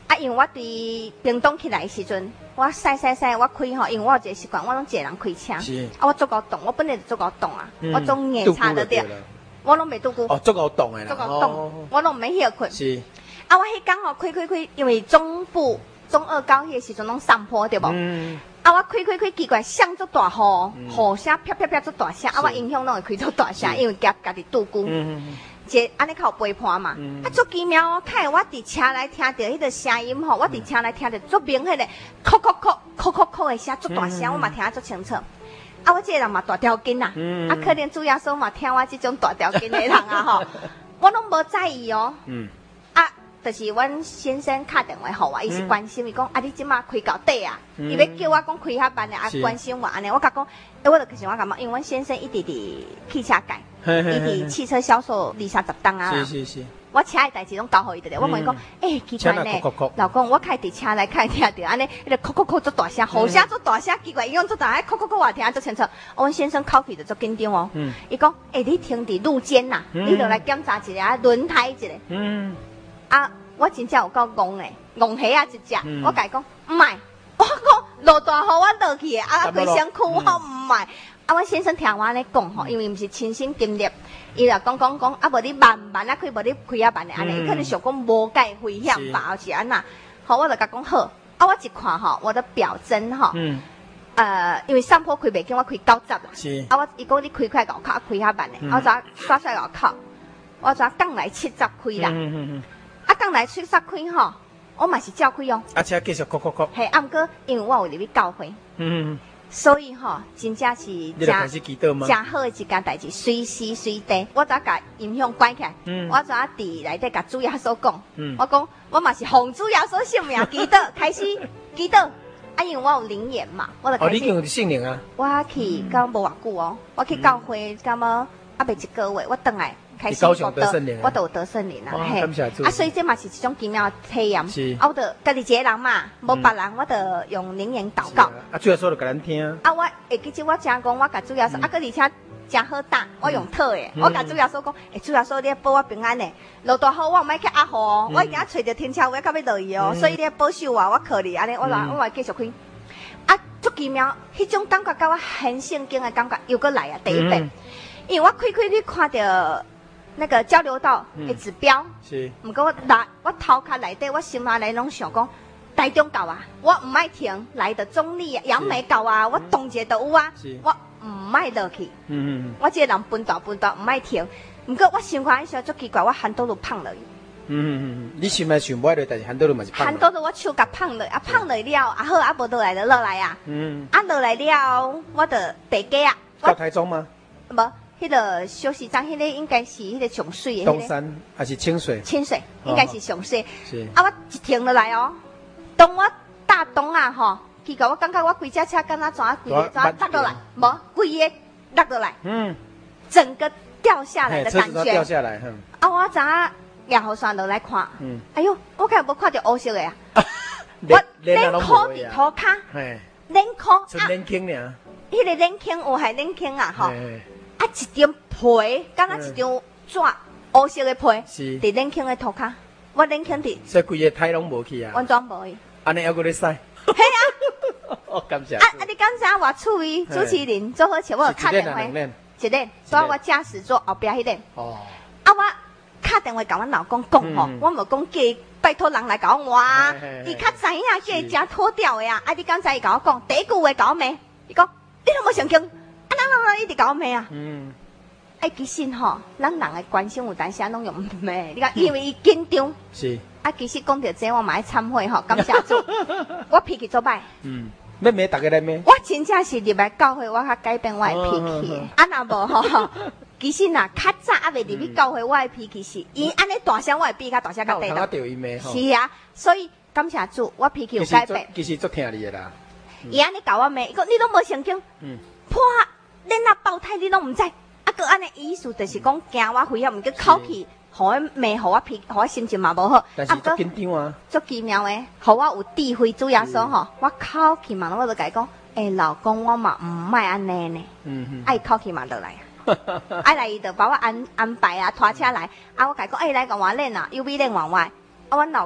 啊，因为我伫屏东起来的时阵，我晒晒晒，我开吼，因为我有一个习惯，我拢一个人开车。 是。 啊，我足够动，我本来就足够动啊，嗯、我总硬差得掉，我拢袂拄久。 哦，足够动的啦。 足够动，哦、我拢毋免休困。 是。 啊，我迄天吼开开开，因为中部中二高迄个时阵拢上坡对无？嗯。啊，我开开开，奇怪，响足大雨，雨声啪啪啪足大声，啊，我音响拢会开足大声，因为家家己拄久。嗯。一安尼较有陪伴嘛，嗯、啊，足奇妙哦！看我伫车内听到迄个声音吼，我伫车内听到足明显的，咳咳咳咳咳咳的声，足大声，嗯、我嘛听得足清楚。啊，我这个人嘛大条筋呐，嗯、啊，可能主要说嘛听我这种大条筋的人啊吼，我拢无在意哦。嗯、啊，就是阮先生打电话互我，伊是关心伊讲，啊，你即马开到底啊？伊、嗯、要叫我讲开遐班的，啊，关心我安尼，我甲讲，诶，我就其实我感觉，因为阮先生一直伫汽车界。伊伫汽车销售二三十档啊， 是是是， 我车的代志拢交互伊的咧。我问伊讲，诶，奇怪呢，老公，我开伫车内开听着安尼，迄个咳咳咳足大声，雨声足大声，奇怪，伊讲足大，哎，咳咳咳我听足清楚。阮先生口气就足紧张哦，伊讲，诶，你停伫路肩呐，你著来检查一下轮胎一下。嗯，啊，我真正有够戆诶，戆虾啊一只，我甲伊讲，毋爱，我讲落大雨我落去诶，啊，规身躯我毋爱。啊，阮先生听我安尼讲吼，因为毋是亲身经历，伊就讲讲讲，啊，无你慢慢啊开，无你开啊慢的安尼，伊可能想讲无介危险吧，还是安那？好，我就甲讲好。啊，我一看吼，我的表针吼，呃，因为上坡开袂紧，我开九十啦。是。啊，我伊讲你开快搞靠，开较慢的，我怎刷刷搞靠，我怎降来七十开啦。嗯嗯嗯。啊，降来七十开吼，我嘛是照开哦。 而且继续哭哭哭。 嘿，啊，毋过因为我有入去教会。嗯。所以吼，真正是真真好的一件代志，随时随地，我早甲音响关起来，嗯、我早伫内底甲主耶稣讲，嗯、我讲我嘛是奉主耶稣性命祈祷，开始祈祷。啊，因为我有灵验嘛，我就开始。哦， 你有圣灵啊？ 我去，刚无偌久哦，我去教会，刚无啊未一个月，我转来。开始我得我都有得圣灵啦，嘿，啊，所以这嘛是一种奇妙的体验。是，啊，我得家己一个人嘛，无别人，我得用灵言祷告。 啊，主要说就甲咱听。 啊，我会记住我真讲，我甲主要说，啊，个而且真好打，我用套的，我甲主要说讲，诶，主要说你保我平安的，落大雨我唔爱去压雨哦，我已经找着停车位，到要落雨哦，所以你保守我，我靠你，安尼我来我来继续开。啊，足奇妙，迄种感觉甲我很圣经的感觉又过来啊，第一遍，因为我开开你看到。那个交流道的指标，是，毋过我来我头壳内底，我心内内拢想讲，台中到啊，我唔爱停，来的中立、杨梅到啊，我东街都有啊，我唔爱落去，嗯嗯，我这个人奔倒奔倒唔爱停，毋过我心肝想足奇怪，我很多都胖落去，嗯嗯嗯， 你心内想不爱落，但是很多都嘛是胖， 很多都我手甲胖落，啊胖落了，啊好啊无落来就落来啊，嗯，啊落来了，我就地价啊， 到台中吗？ 无。迄个休息站，迄个应该是迄个上水的。 东山还是清水？ 清水应该是上水。是。啊，我一停落来哦，当我大东啊吼，奇怪，我感觉我规只车敢若怎啊，规个怎啊落落来，无规个落落来。嗯。整个掉下来的感觉。 掉下来，哼。 啊，我怎啊然后上落来看，嗯，哎呦，我看无看到乌色的啊。 我连裤伫涂骹， 嘿， 连裤啊， 纯连茎尔。 迄个连茎有系连茎啊，吼。啊，一张皮，敢若一张纸，乌色的皮，是伫冷坑的涂骹，我冷坑伫， 所以规个胎拢无去啊， 完全无去。 安尼还搁咧晒？ 系啊， 哦，感谢。 啊啊，你刚才话趣味主持人做好笑，我有打电话，一个，所以我驾驶座后壁迄个。哦。啊，我打电话甲阮老公讲吼，我无讲叫拜托人来甲我换，伊较知影叫伊真脱掉的啊。啊，你刚才伊甲我讲第一句话甲我骂，伊讲你拢无上经。啊，人人人一直搞咩啊？嗯，哎，其实吼，咱人的关心有当时拢用咩？你看，因为伊紧张。是。啊，其实讲到这，我嘛爱忏悔吼，感谢主，我脾气做歹。嗯， 要骂大家来骂。 我真正是入来教会，我较改变我的脾气。啊，若无吼，其实呐，较早啊未入去教会，我的脾气是，伊安尼大声，我会比较大声较低啦。是啊，所以感谢主，我脾气有改变。 其实足听你的啦。 伊安尼教我骂，伊讲你拢无圣经。嗯。破。恁那爆胎你拢唔知，啊个安尼意思就是讲惊我危险，毋过口气，互我骂，互我脾，互我心情嘛无好。 但是足紧张啊！ 足奇妙诶，互我有智慧主耶稣吼，我口气嘛，我就甲伊讲，诶，老公我嘛唔爱安尼呢，嗯嗯，爱口气嘛就来啊，爱来伊就把我安安排啊，拖车来，啊我甲伊讲，诶来甲我练啊，又比练往外，啊阮老公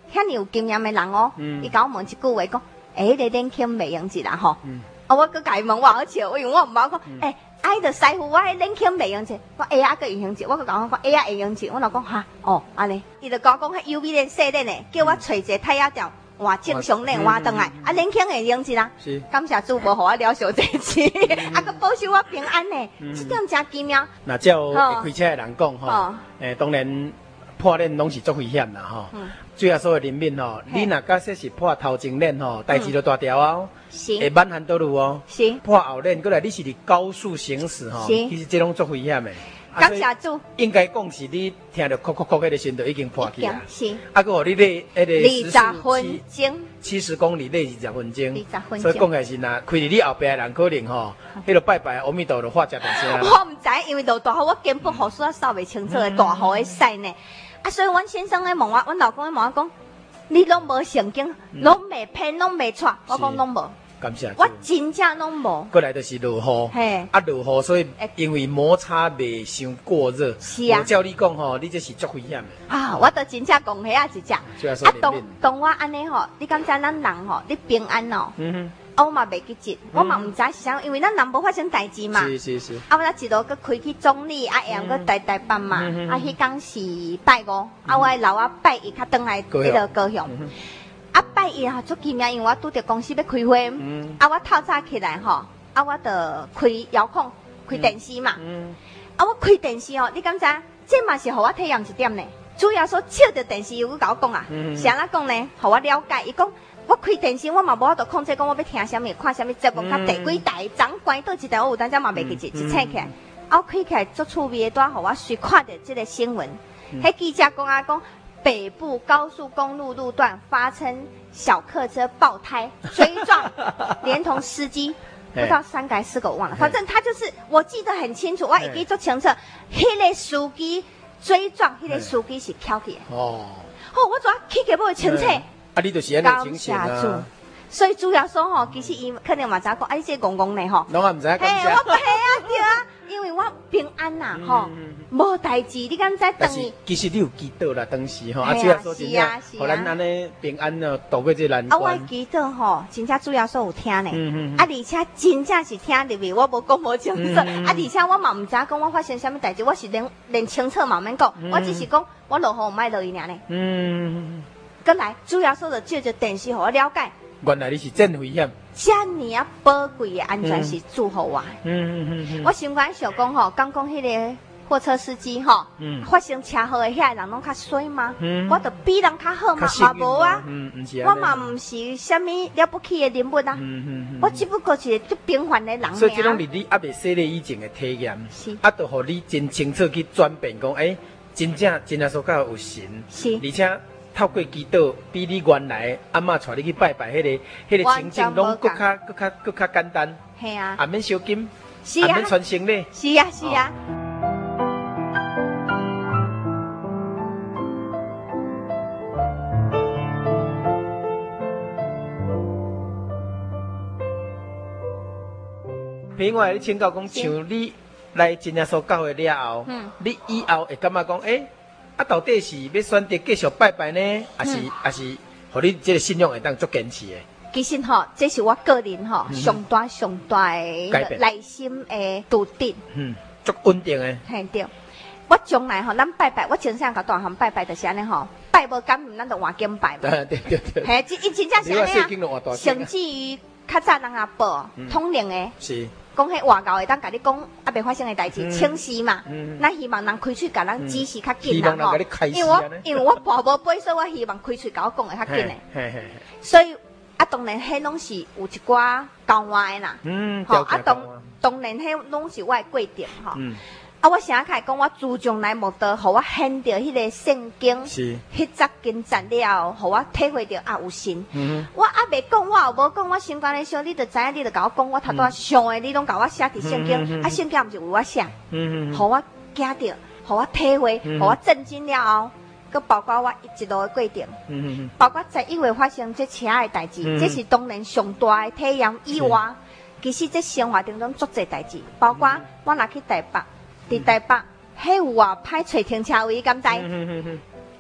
遐尼有经验的人哦，伊甲我问一句话讲，诶，你冷气袂用一啦吼。啊，我搁家问我好笑，因为我毋捌讲，诶，爱的师傅，我迄冷气袂用一，我下啊搁会用一，我搁甲我讲下啊会用一，我老讲哈，哦，安尼，伊就甲我讲，迄 U V 链、细链的，叫我找一个太阳条。换正常链换转来，啊，冷气会用一啦。是，感谢主，无互我了小这次，啊，佮保守我平安呢。这点真奇妙。 那照会开车的人讲吼，诶，当然破链拢是足危险啦吼。最后所有人民吼，你若假设是破头前链吼，代志就大条啊，会满含道路哦。是。破后链过来，你是伫高速行驶吼，其实这拢足危险的。 感谢主， 应该讲是你听到哭哭哭迄个声，就已经破去啊。 是。 啊，佮你咧迄个二十分钟， 七十公里内二十分钟。 二十分钟。 所以讲起来是呐，开伫你后壁的人可能吼，迄个拜拜阿弥陀就发遮大声。 我唔知，因为都大雨，我根本雨伞扫袂清楚的大雨的晒呢。啊，所以阮先生咧问我，阮老公咧问我讲，你拢无圣经，拢袂骗，拢袂错。我讲拢无。 感谢。 我真正拢无。 过来就是落雨，嘿，啊落雨，所以因为摩擦袂伤过热。是啊。我照你讲吼，你这是足危险的。啊， 我都真正讲遐啊一只。啊，当当我安尼吼，你敢知咱人吼，你平安哦。嗯哼。啊，我嘛袂记急，我嘛唔知是啥，因为咱人无发生代志嘛。是是是。啊，我咱一路搁开去总理，啊，下暗搁台台北嘛，啊，迄天是拜五，啊，我留啊拜一，较转来迄个高雄。啊，拜一啊，足奇妙，因为我拄着公司要开会，嗯、啊，我透早起来吼，啊，我着开遥控、开电视嘛，嗯、啊，我开电视哦，你敢知？这嘛是互我体验一点呢。主要说笑着电视，又甲我讲啊，啥啦讲呢？互我了解，伊讲我开电视，我嘛无法度控制，讲我要听啥物、看啥物节目，甲第几台，怎关倒一台，我有当时嘛袂记住，一切起来，啊，我开起来足趣味的，拄互我随看着这个新闻，迄记者讲啊讲。北部高速公路路段发生小客车爆胎追撞，连同司机不知道三个还是四个我忘了，反正他就是我记得很清楚，我会记做清楚，迄个司机追撞，迄个司机是翘起的。哦，哦，我怎起起不清楚？ 啊，你就是安尼情形啊。 所以主要说吼，其实伊可能嘛知讲，啊，你这戆戆的吼， 拢也唔知讲啥。 嘿，我嘿啊对啊，因为我平安呐吼，无代志，你敢知等于？ 其实你有祈祷啦，当时吼，啊，主要说真正，互咱安尼平安哦，度过这难关。 啊，我祈祷吼，真正主要说有听呢，啊，而且真正是听入去，我无讲无清楚，啊，而且我嘛唔知讲我发生什么代志，我是连连清楚嘛免讲，我只是讲我落雨唔爱落雨尔呢。嗯，过来，主要说就借着电视互我了解。 原来你是真危险， 遮尔啊宝贵的安全是祝福我。嗯嗯嗯嗯。我心肝想讲吼，刚讲迄个货车司机吼，嗯、发生车祸的遐人拢较衰吗？嗯、我着比人较好嘛，嘛无啊。嗯，唔是。我嘛唔是虾米了不起的人物啊。嗯嗯嗯。我只不过是一个最平凡的人。 所以这种是你还未洗礼以前的体验，是啊，着互你真清楚去转变讲，诶，真正真正说较有神，是，而且。透过祈祷，比你原来阿嬷带你去拜拜，迄个、迄个情景拢更较、更较、更较简单。系啊，也免烧金，也免传承咧。 是啊，是啊。 譬如我你请教讲，像你来真正所教会了后，你以后会感觉讲，诶？啊，到底是要选择继续拜拜呢，还是还是，互你这个信仰会当足坚持的？ 其实吼，这是我个人吼上大上大的内心的笃定。嗯， 足稳定的。 嘿对，我将来吼，咱拜拜，我真正甲大汉拜拜就是安尼吼，拜无感恩，咱就换经拜嘛。对对对对。嘿，这伊真正是安尼啊。甚至于较早人阿报通灵的。是。讲迄外教会当甲你讲啊，未发生的代志，清晰嘛。咱希望人开喙甲咱指示较紧啦吼。因为我因为我跋无背，所以我希望开喙甲我讲的较紧的。所以啊，当然迄拢是有一寡教我的啦。嗯，吼啊，当当然迄拢是我的规定吼。啊，我想起来讲，我自从来木道，互我见到迄个圣经，是迄则经赞了，互我体会到啊有神。嗯、我啊未讲，我也无讲，我心肝咧想，你着知影，你着甲我讲，我头拄仔想的，你拢甲我写伫圣经，嗯、啊圣经毋是为我写，嗯、互我惊着，互我体会，互、嗯、我震惊了后，佮包括我一路的过程，嗯、包括十一月发生这车的代志，嗯、这是当然上大的体验以外，其实这生活当中足侪代志，包括我若去台北。伫台北，迄有啊，歹找停车位，敢知？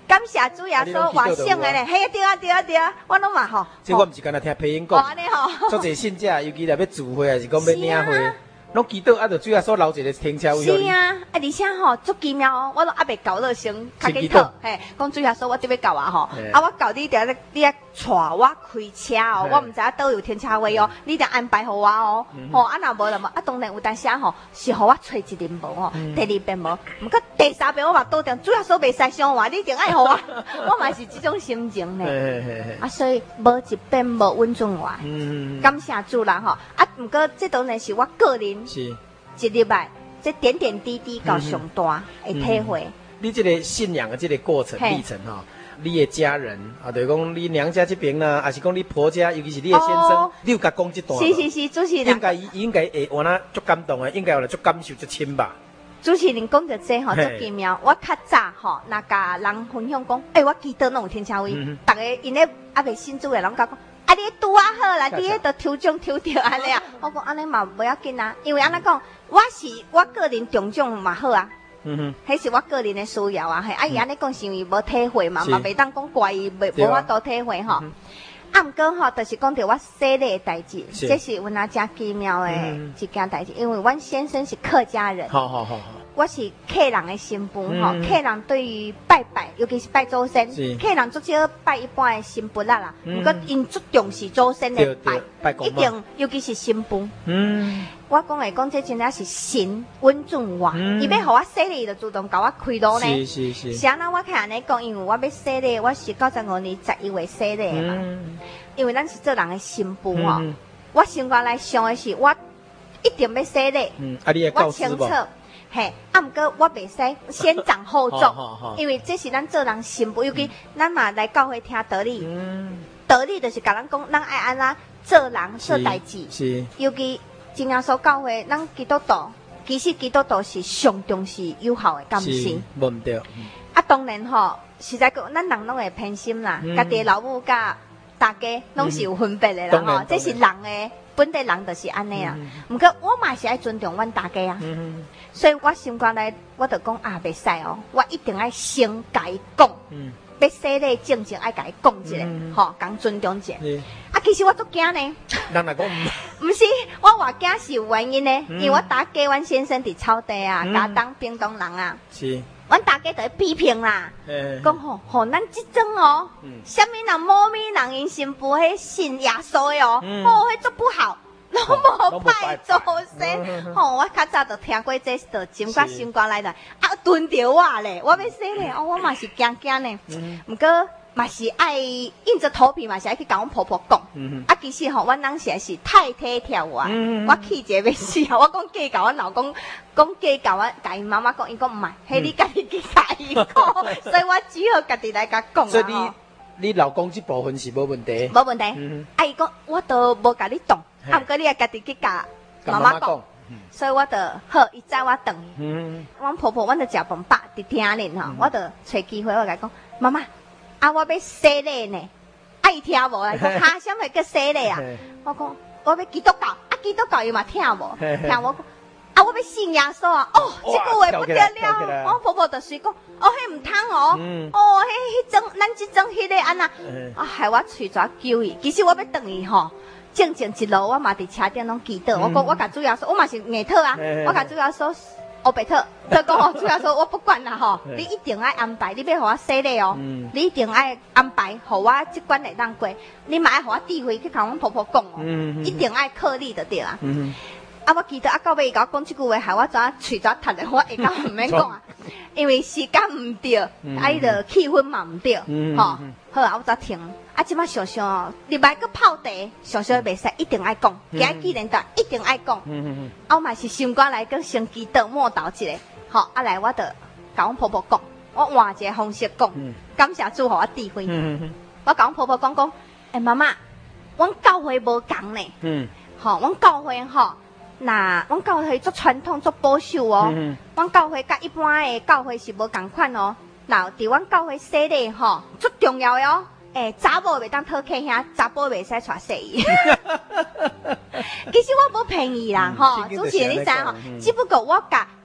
感谢主耶稣外省的咧，嘿对啊对啊对啊，我拢嘛吼。 即我毋是干那听配音讲， 哦安尼吼， 做者信者，尤其来要聚会还是讲要领会。拢祈祷，啊，就主要所留一个停车位。 是啊，啊，而且吼，足奇妙哦，我都还袂搞到先开几套，嘿，讲主要说我这边搞啊吼，啊，我搞你定咧，你咧带我开车哦，我唔知影倒有停车位哦，你定安排好我哦，吼，啊，若无就无，啊，当然有当时啊吼，是互我找一阵无吼，第二遍无，毋过第三遍我嘛倒定，主要说袂使伤我，你一定爱互我，我嘛是这种心情呢，啊，所以无一遍无稳准我，感谢主啦吼，啊，毋过这当然是我个人。 是， 一日来，这点点滴滴到上大的体会。 你这个信仰的这个过程历程哈，你的家人啊，就是讲你娘家这边啦，还是讲你婆家，尤其是你的先生，你有甲讲这段？ 是是是，主持人。 应该应该会我那足感动的，应该有来足感受足深吧。 主持人讲着这吼，足奇妙。我较早吼，那甲人分享讲，诶，我记得拢有停车位，逐个因咧还袂信主的人甲讲。啊！你拄啊好啦，你迄都抽奖抽着安尼啊！我讲安尼嘛不要紧啊，因为安尼讲，我是我个人中奖嘛好啊，嗯哼，迄是我个人的需要啊，嘿，啊伊安尼讲是因为无体会嘛，嘛袂当讲怪伊袂无法度体会吼。啊，毋过吼，就是讲着我洗礼的代志，这是阮阿真奇妙的一件代志，因为阮先生是客家人。 好好好。 我是客人的新妇吼，客人对于拜拜，尤其是拜祖先，客人足少拜一般的新妇啦啦，毋过因足重视祖先的拜，一定尤其是新妇。嗯，我讲来讲，这真正是神稳准我，伊要互我洗礼，就主动甲我开路呢。是是是。是安那我看安尼讲，因为我要洗礼，我是九十五年十一月洗礼嘛。因为咱是做人的新妇吼，我心肝来想的是，我一定要洗礼。嗯，啊，你也告知无？嘿，啊，毋过我袂使先斩后奏，因为这是咱做人新妇，尤其咱嘛来教会听道理，道理就是甲咱讲，咱爱安怎做人做代志，是，尤其真耶稣教会，咱基督徒，其实基督徒是上重视有效的感情，无毋对。啊，当然吼，实在讲，咱人拢会偏心啦，家己老母甲大家拢是有分别的啦吼，这是人的。本地人就是安尼啊，毋过我嘛是爱尊重阮大家啊，所以我心肝内我就讲啊，袂使哦，我一定爱先甲伊讲，要洗礼正正爱甲伊讲一下，吼，讲尊重一下。啊，其实我足惊呢， 人来讲毋是，我话惊是有原因呢，因为我打给阮先生伫草地啊，甲当屏东人啊，是，阮大家就会批评啦，讲吼吼，咱即种哦，虾米人某咪人因新妇迄信耶稣的哦，哦，迄足不好。拢无拜祖先，吼！我较早就听过这个，真甲心肝内的，啊，蹲着我咧，我要洗咧，哦，我嘛是惊惊呢。毋过嘛是爱硬着头皮嘛，是爱去甲阮婆婆讲。啊，其实吼，阮当时是太体贴我，我气者要死啊！我讲计甲阮老公，讲计甲阮甲伊妈妈讲，伊讲毋系，迄你家己去甲伊讲，所以我只好家己来甲讲啊。你老公这部分是无问题， 无问题。啊，伊讲我都无甲你动。啊，毋过你也家己去甲妈妈讲，所以我就好，伊载我转去。阮婆婆，阮就食饭饱伫厅里吼，我就找机会我甲伊讲，妈妈，啊，我要洗礼呢，啊，伊听无啦，伊讲哈，啥物叫洗礼啊？我讲我要基督教，啊，基督教伊嘛听无，听我讲，啊，我要信耶稣啊！哦，这句话不得了，阮婆婆就随讲，哦，迄毋通哦，哦，迄迄种，咱即种迄个安那，啊，害我喙爪揪伊，其实我要转伊吼。正正一路，我嘛伫车顶拢祈祷。我讲，我甲主要说，我嘛是硬讨啊。我甲主要说，黑白讨。就讲哦，主要说我不管啦吼，你一定爱安排，你要互我洗礼哦，你一定爱安排，互我即关会当过。你嘛爱互我智慧去甲阮婆婆讲哦，一定爱靠你就对啊。啊，我记得啊，到尾伊甲我讲即句话，害我怎喙爪塌咧，我下到毋免讲啊，因为时间毋对，啊，伊个气氛嘛毋对，吼，好啊，我才停。啊，即摆想想，入来个泡茶，想想袂使，一定爱讲。今日既然到，一定爱讲。啊，我嘛是心肝来跟先祈祷默祷一下，吼，啊来，我就甲阮婆婆讲，我换一个方式讲，感谢主互我智慧。我甲阮婆婆讲讲，诶，妈妈，阮教会无共呢，吼，阮教会吼。那阮教会做传统做保守哦，阮教会甲一般的教会是无共款哦。那伫阮教会洗礼吼，最重要的哦。诶，查某袂当讨客兄，查甫袂使带洗衣。其实我无骗伊啦，吼，主持人你知吼，只不过我甲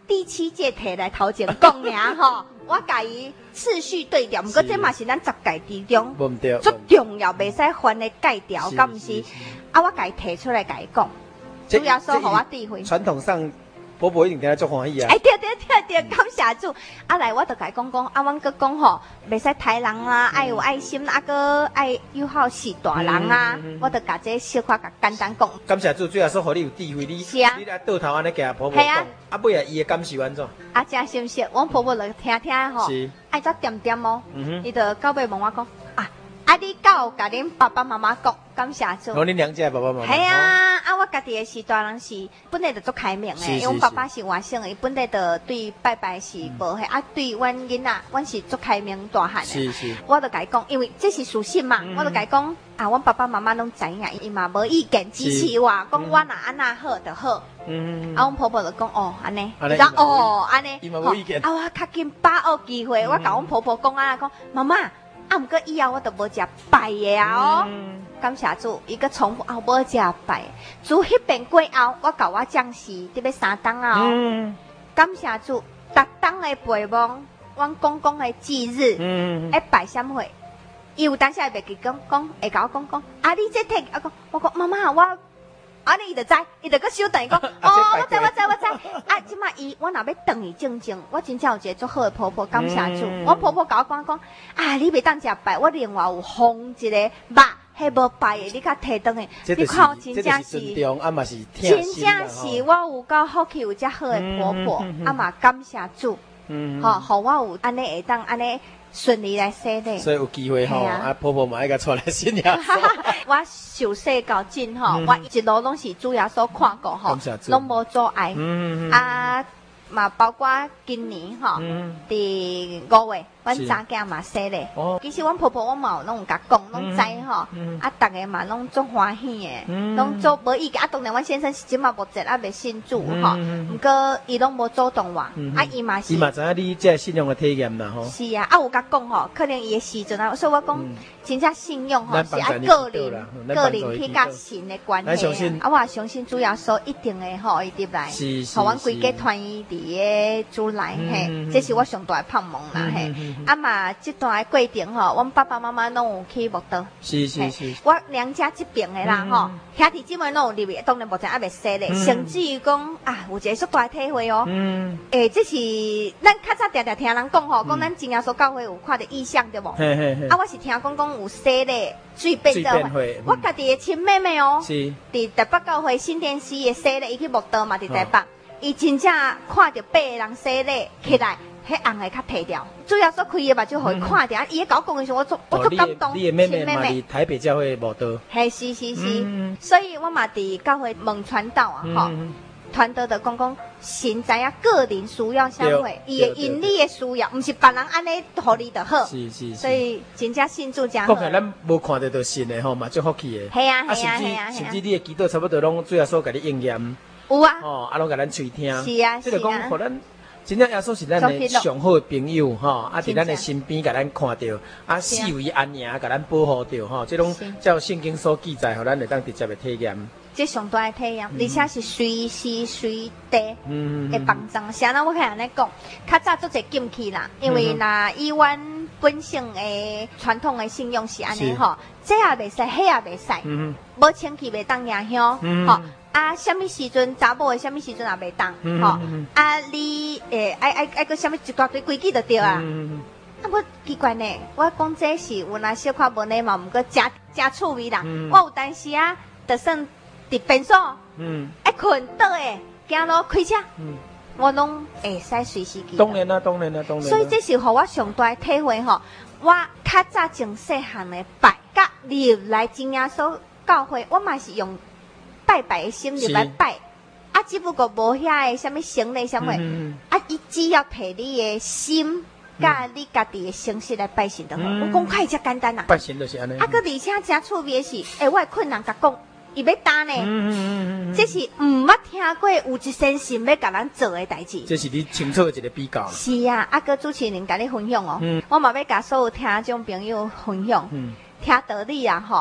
第七届摕来头前讲尔吼，我甲伊次序对调，毋过这嘛是咱十届之中最重要袂使犯的戒条，敢毋是？啊，我甲伊提出来甲伊讲，主要说互我智慧。 传统上。婆婆一定听得足欢喜啊！ 哎，对对对对，感谢主。啊来，我就甲伊讲讲，啊，阮佮讲吼，袂使抬人啊，爱有爱心，啊，佮爱友好是大人啊。我就甲这小可甲简单讲。 感谢主，最后说，互你有智慧，你是啊， 你来倒头安尼甲婆婆讲，啊，尾啊，伊的感受安怎？ 啊，真心实，阮婆婆就听听吼，爱则点点哦，伊就到尾问我讲，啊，啊，你敢有甲恁爸爸妈妈讲？感谢主。 我恁娘家爸爸妈妈。 系啊，啊，我家己的是大人是本来就足开明的，因为阮爸爸是外省的，伊本来就对拜拜是无迄，啊，对阮囡仔，阮是足开明大汉的。 是是。 我就甲伊讲，因为这是事实嘛，我就甲伊讲，啊，阮爸爸妈妈拢知影，伊嘛无意见支持我，讲我若安那好就好。嗯。啊，阮婆婆就讲，哦，安尼，伊讲哦，安尼。 伊嘛无意见。 啊，我较紧把握机会，我甲阮婆婆讲啊，讲妈妈。啊，毋过以后我都无食拜的啊哦，嗯、感谢主，伊个重复啊，无食拜。自迄边过后，我甲我将士伫要三档啊哦，嗯、感谢主，逐档的陪望，阮公公的忌日，嗯，爱拜啥物会，伊有当时会袂记讲讲，会甲我讲讲，啊，你这摕啊讲，我讲妈妈我。啊！你伊就知，伊就搁小等伊讲，哦，我知我知我知。啊，即马伊我若要等伊正正，我真正有一个足好的婆婆，感谢主。我婆婆甲我讲讲，啊，你袂当食拜，我另外有封一个肉，迄无拜的，你甲摕倒去。你看，真正是，真正是我有够福气，有遮好的婆婆，啊嘛感谢主。嗯，吼，互我有安尼会当安尼。顺利来洗礼， 所以有机会吼，啊婆婆嘛爱甲带来信仰。 我受洗到今吼，我一路拢是主耶稣看过吼，拢无阻碍。啊嘛，包括今年吼，伫五月，阮查囝嘛洗礼。其实阮婆婆我嘛拢有甲讲，拢知吼，啊逐个嘛拢足欢喜的，拢做无意见。啊当然，阮先生是即嘛目前啊未信主吼，毋过伊拢无主动我，啊伊嘛是。 伊嘛知影你这信仰的体验啦吼。 是啊，啊有甲讲吼，可能伊的时阵啊，所以我讲真正信仰吼是爱个人个人去甲神的关系。啊，我也相信主耶稣一定会吼伊入来，互阮规家团圆伫个主内嘿，这是我上大的盼望啦嘿。啊嘛，这段的过程吼，阮爸爸妈妈拢有去慕道。 是是是。 我娘家这边的啦吼，兄弟姊妹拢有入去，当然目前还未洗咧，甚至于讲啊，有一个足大的体会哦。嗯。诶，这是咱较早常常听人讲吼，讲咱真耶稣教会有看到异象对无？嘿嘿嘿。啊，我是听讲讲有洗咧，水变做会。我家己的亲妹妹哦，是。伫台北教会新店市的洗咧，伊去慕道嘛，伫台北。伊真正看到八个人洗礼起来，迄红的较提掉。主要说开的目睭，互伊看到。伊咧甲我讲的时候，我足我足感动。 你的妹妹嘛，伫台北教会慕道。 系是是是，所以我嘛伫教会问传道啊，吼，传道就讲讲，神知影个人需要啥货，伊会因你的需要，毋是别人安尼互你就好。是是。所以真正信主真好。 讲起咱无看到就信的吼，嘛足福气的。 系啊系啊系啊。 甚至你的祈祷差不多拢最后所甲你应验。 有啊， 哦，啊，拢甲咱喙听， 是啊， 即个讲，互咱真正耶稣是咱的上好的朋友，吼，啊，伫咱的身边，甲咱看到，啊，四围安营，甲咱保护着，吼，即种照圣经所记载，互咱会当直接的体验。 这上大的体验，而且是随时随地的帮助。像咱我看人咧讲，较早做者禁忌啦，因为那以阮本性的传统的信仰是安尼吼，这也袂使，迄也袂使，无清气袂当影响，吼。啊，什么时阵查某的，什么时阵也袂当，吼、嗯！啊，你诶，爱爱爱个什么一大堆规矩就对啊。嗯、啊，我奇怪呢，我讲这是有那小可无礼貌，毋过真真趣味啦。嗯、我有当时啊，就算伫便所，嗯，爱困倒诶，行路开车，嗯，我拢会使随时记。 当然啦，当然啦，当然。 所以这是互我上大的体会吼。我较早从细汉的拜，甲入来真耶稣教会，我嘛是用。拜拜的心入来拜，啊，只不过无遐个什么行礼什么，啊，伊只要摕你的心，甲你家己的形式来拜神就好。我讲快遮简单啦， 拜神就是安尼。 啊，佮而且真趣味的是，诶，我困人甲讲，伊要打呢，这是毋捌听过有一身神要甲咱做的代志。 这是你清楚的一个比较。 是啊，啊，佮主持人甲你分享哦，我嘛要甲所有听众朋友分享，听道理啊吼。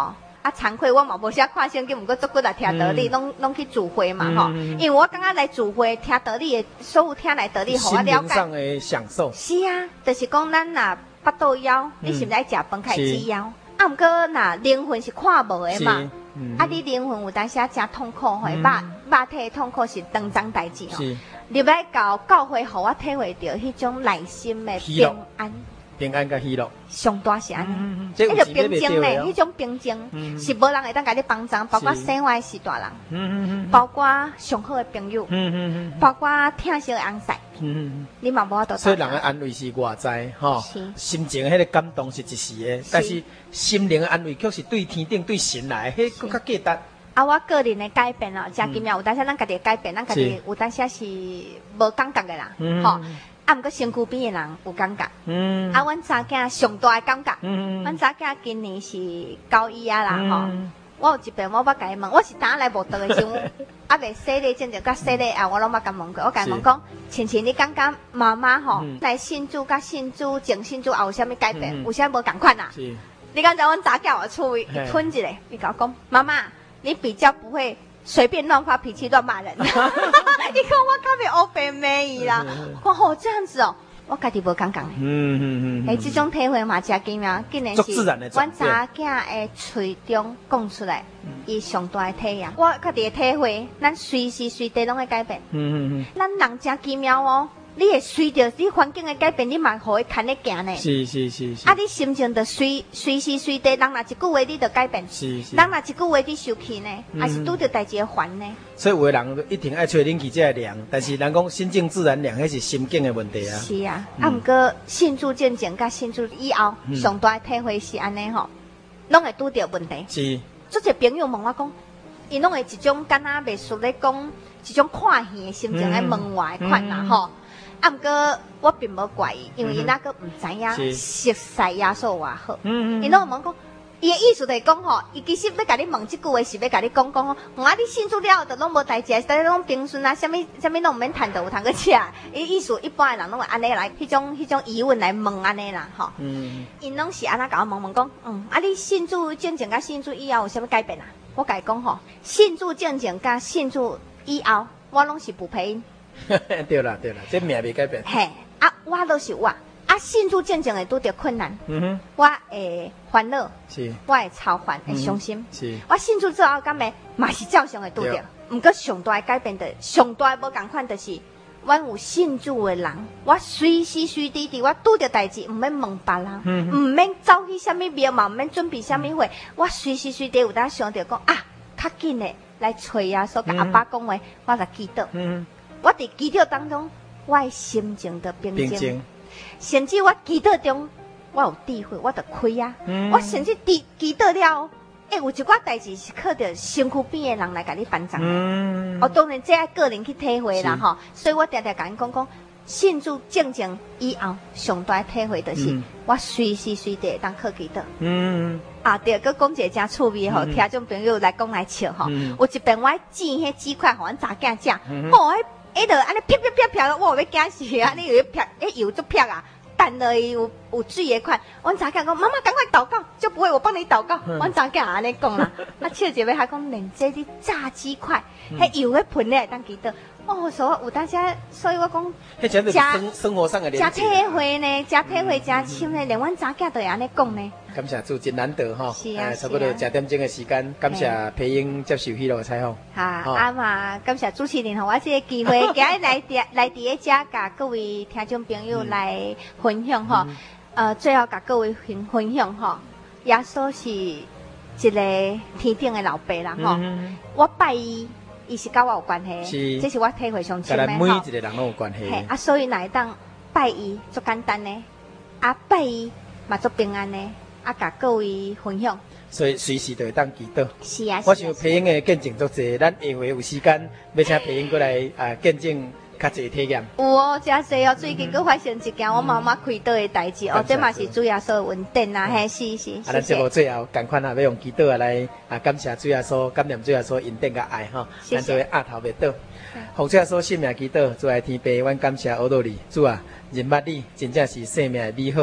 啊，惭愧，我嘛无啥看圣经，毋过足骨来听道理，拢拢去聚会嘛吼。因为我感觉来聚会听道理的，所有听来道理，互我了解。 心灵上的享受。 是啊，就是讲咱若腹肚枵，你是毋是爱食饭开始枵？啊，毋过若灵魂是看无的嘛。啊，你灵魂有当时啊真痛苦吼，肉肉体的痛苦是当场代志吼。入来到教会，互我体会到迄种内心的平安。 平安甲喜乐， 上大是安尼，迄个平静咧，迄种平静是无人会当甲你帮助，包括生活的时大人，包括上好的朋友，包括疼惜的翁婿，你嘛无法度。 所以人的安慰是外在吼，心情迄个感动是一时的，但是心灵的安慰却是对天顶对神来，迄更较价值。 啊，我个人的改变哦，真奇妙，有当时咱家己改变，咱家己有当时是无感觉的啦，吼。啊，毋过身躯边的人有感觉。嗯。啊，阮查囝上大的感觉。嗯。阮查囝今年是高一啊啦吼。嗯。我有一遍我捌甲伊问，我是当来无倒的时候，啊未洗礼正着甲洗礼啊，我拢捌甲问过。我甲伊问讲，亲亲，你感觉妈妈吼来信主甲信主前信主后有啥物改变？有啥无共款啊？是。你刚才阮查囝我厝伊吞一下，伊甲我讲，妈妈，你比较不会随便乱发脾气、乱骂人。你看我较袂乌白骂伊啦，我吼这样子哦，我家己无感觉的。嗯嗯嗯。哎，这种体会嘛，真奇妙，竟然是阮查囝的嘴中讲出来，伊上大的体验。我家己的体会，咱随时随地拢会改变。嗯嗯嗯。咱人真奇妙哦。你会随着你环境的改变，你嘛互伊牵咧行呢。是是是是。啊，你心情就随随时随地，人若一句话你就改变。是是。人若一句话你生气呢，还是拄着代志会烦呢？ 所以有的人一定爱吹冷气才会凉，但是人讲心静自然凉，迄是心境的问题啊。 是啊，啊，毋过信主渐渐甲信主以后，上大体会是安尼吼，拢会拄着问题。是。做一朋友问我讲，伊拢会一种敢若袂熟咧讲，一种看戏的心情来问我的款啦吼。啊，毋过我并无怪伊，因为伊那个毋知影熟悉耶稣偌好。嗯嗯。伊拢问讲，伊的意思就是讲吼，伊其实要甲你问即句话是要甲你讲讲吼，啊，你信主了后，就拢无代志，大家拢平顺啊，啥物啥物拢毋免谈到有通个吃。伊意思一般的人拢会安尼来，迄种迄种疑问来问安尼啦，吼。嗯。因拢是安那甲我问问讲，嗯，啊，你信主渐渐甲信主以后有啥物改变啊？我甲伊讲吼，信主渐渐甲信主以后，我拢是不配音。 对啦对啦，这命未改变。 嘿，啊，我都是我，啊，信主渐渐会拄着困难，嗯哼，我会烦恼，是，我会操烦，会伤心，是，我信主之后，敢会嘛是照常会拄着，毋过上大的改变的，上大的无共款，就是阮有信主的人，我随时随地地，我拄着代志，毋免问别人，嗯，毋免走去啥物庙嘛，毋免准备啥物货，我随时随地有当想着讲啊，较紧的来找耶稣，甲阿爸讲话，我来祈祷，嗯。我伫祈祷当中，我的心情的平静，甚至我祈祷中，我有智慧，我就开啊。嗯、我甚至伫祈祷了，诶、欸，有一寡代志是靠着身躯边的人来甲你帮助。嗯，我当然这爱个人去体会啦吼，所以我常常甲你讲讲，信主正正以后，上大体会就是、嗯、我随时随地当去祈祷。嗯。啊，对，佮讲一个真趣味吼，听众朋友来讲来笑吼。嗯、有一遍我煎迄鸡块，互阮查囝食，嗯、哦，迄。哎，就安尼飘飘飘飘，我要惊死啊！你以为飘，哎油就飘啊，淡了有有水的款。阮查囝讲，妈妈赶快祷告，就不会我帮你祷告。阮查囝也安尼讲啦。啊，笑一位还讲，连这啲炸鸡块，迄油迄喷咧当记得。哦，所以有当时，所以我讲， 迄真是生生活上的真体会呢，真体会真深呢，连阮查囝都会安尼讲呢。 感谢主，真难得哈！ 是啊， 差不多十点钟的时间，感谢培英接受迄落采访。 哈，啊嘛，感谢主持人吼，我这个机会，今日来伫来伫咧遮，甲各位听众朋友来分享吼。呃，最后甲各位分分享吼，耶稣是一个天顶的老爸啦吼。我拜伊，伊是甲我有关系，这是我体会上深的吼。每一个人都有关系。 啊，所以来当拜伊足简单的，啊拜伊嘛足平安的。啊，甲各位分享， 所以随时都会当祈祷。 是啊， 我想培英的见证足济，咱下回有时间要请培英过来啊见证较济体验。 有哦，真济哦，最近佫发生一件我妈妈开刀的代志哦，这嘛是主耶稣恩典啊，嘿，是是。 啊，咱节目最后赶快啊，要用祈祷啊来啊感谢主耶稣，感念主耶稣恩典甲爱哈，咱做为压头袂倒。奉主耶稣性命祈祷，主爱天父，阮感谢阿多利主啊，认捌你真正是生命的美好。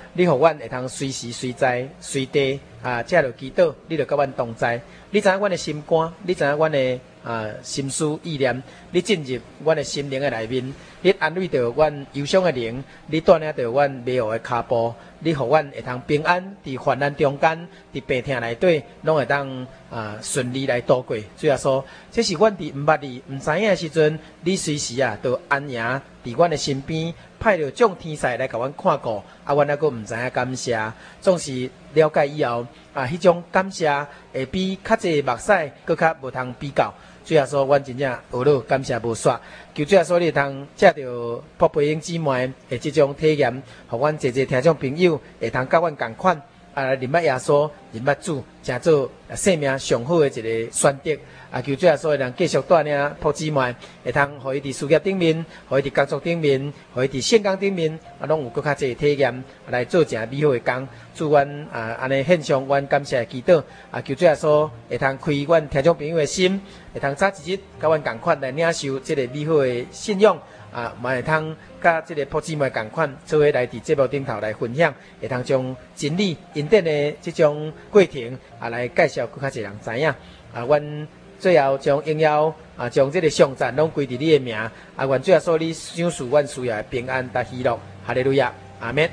你互阮会通随时随在随地啊，借着祈祷，你就甲阮同在。你知影阮的心肝，你知影阮的啊心思意念，你进入阮的心灵的内面，你安慰着阮忧伤的灵，你带领着阮迷糊的脚步，你互阮会通平安，伫患难中间，伫病痛内底，拢会当啊顺利来度过。主要说，这是阮伫毋捌你、毋知影的时阵，你随时啊，都安营伫阮的身边，派着众天使来甲阮看顾，啊，阮还阁毋知影感谢，总是了解以后啊，迄种感谢会比较济目屎搁较无通比较。主要说，阮真正学了感谢无煞，求主要说你通借着卜培英姊妹的这种体验，互阮侪侪听众朋友会通甲阮共款，啊，认捌耶稣，认捌主，成做生命上好的一个选择。啊，求主要说能继续带领卜姊妹，会通互伊伫事业顶面，互伊伫工作顶面，互伊伫圣工顶面，啊，拢有搁较济体验来做正美好的工。祝阮啊安尼献上阮感谢的祈祷，啊，求主要说会通开阮听众朋友的心，会通早一日甲阮共款来领受这个美好的信仰，啊，嘛会通甲这个卜姊妹共款，做伙来伫节目顶头来分享，会通将真理因典的这种过程啊来介绍搁较济人知影。啊，阮最后将荣耀啊，将这个颂赞拢归伫你的名，啊，愿最后说你赏赐阮需要的平安甲喜乐，哈利路亚，阿们。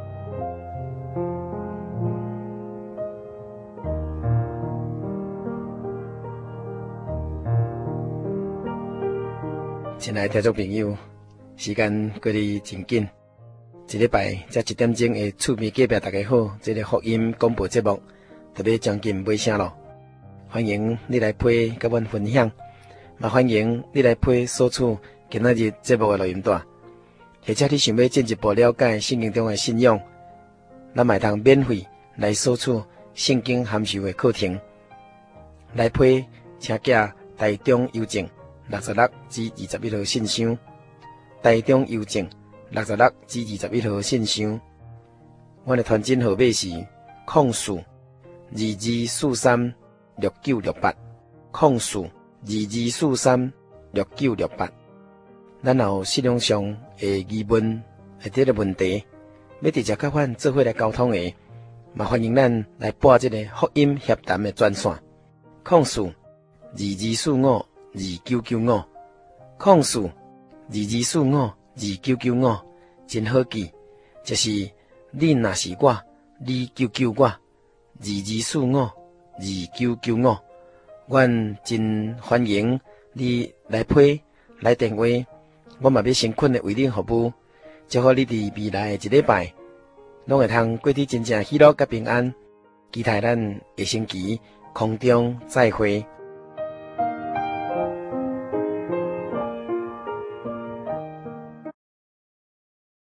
亲爱的听众朋友，时间过得真紧，一礼拜才一点钟的厝边隔壁大家好，这个福音广播节目特别将近尾声咯。欢迎你来陪甲阮分享，嘛欢迎你来陪索取今仔日节目的录音带，或者你想要进一步了解圣经中的信仰，咱嘛通免费来索取圣经函授的课程。来陪，请寄台中邮政六十六至二十一号信箱，台中邮政六十六至二十一号信箱。阮的传真号码是空四二二四三。六九六八，空四二二四三六九六八。咱有信仰上的疑问或者个问题，要直接甲阮做伙来沟通的，嘛欢迎咱来拨这个福音协谈的专线，空四二二四五二九九五，空四二二四五二九九五，真好记，就是你若是我，你救救我，二二四五。二九九五，阮真欢迎你来配来电话，我嘛要诚恳的为你服务，祝福你伫未来的一礼拜，拢会通过得真正喜乐甲平安，期待咱下星期空中再会。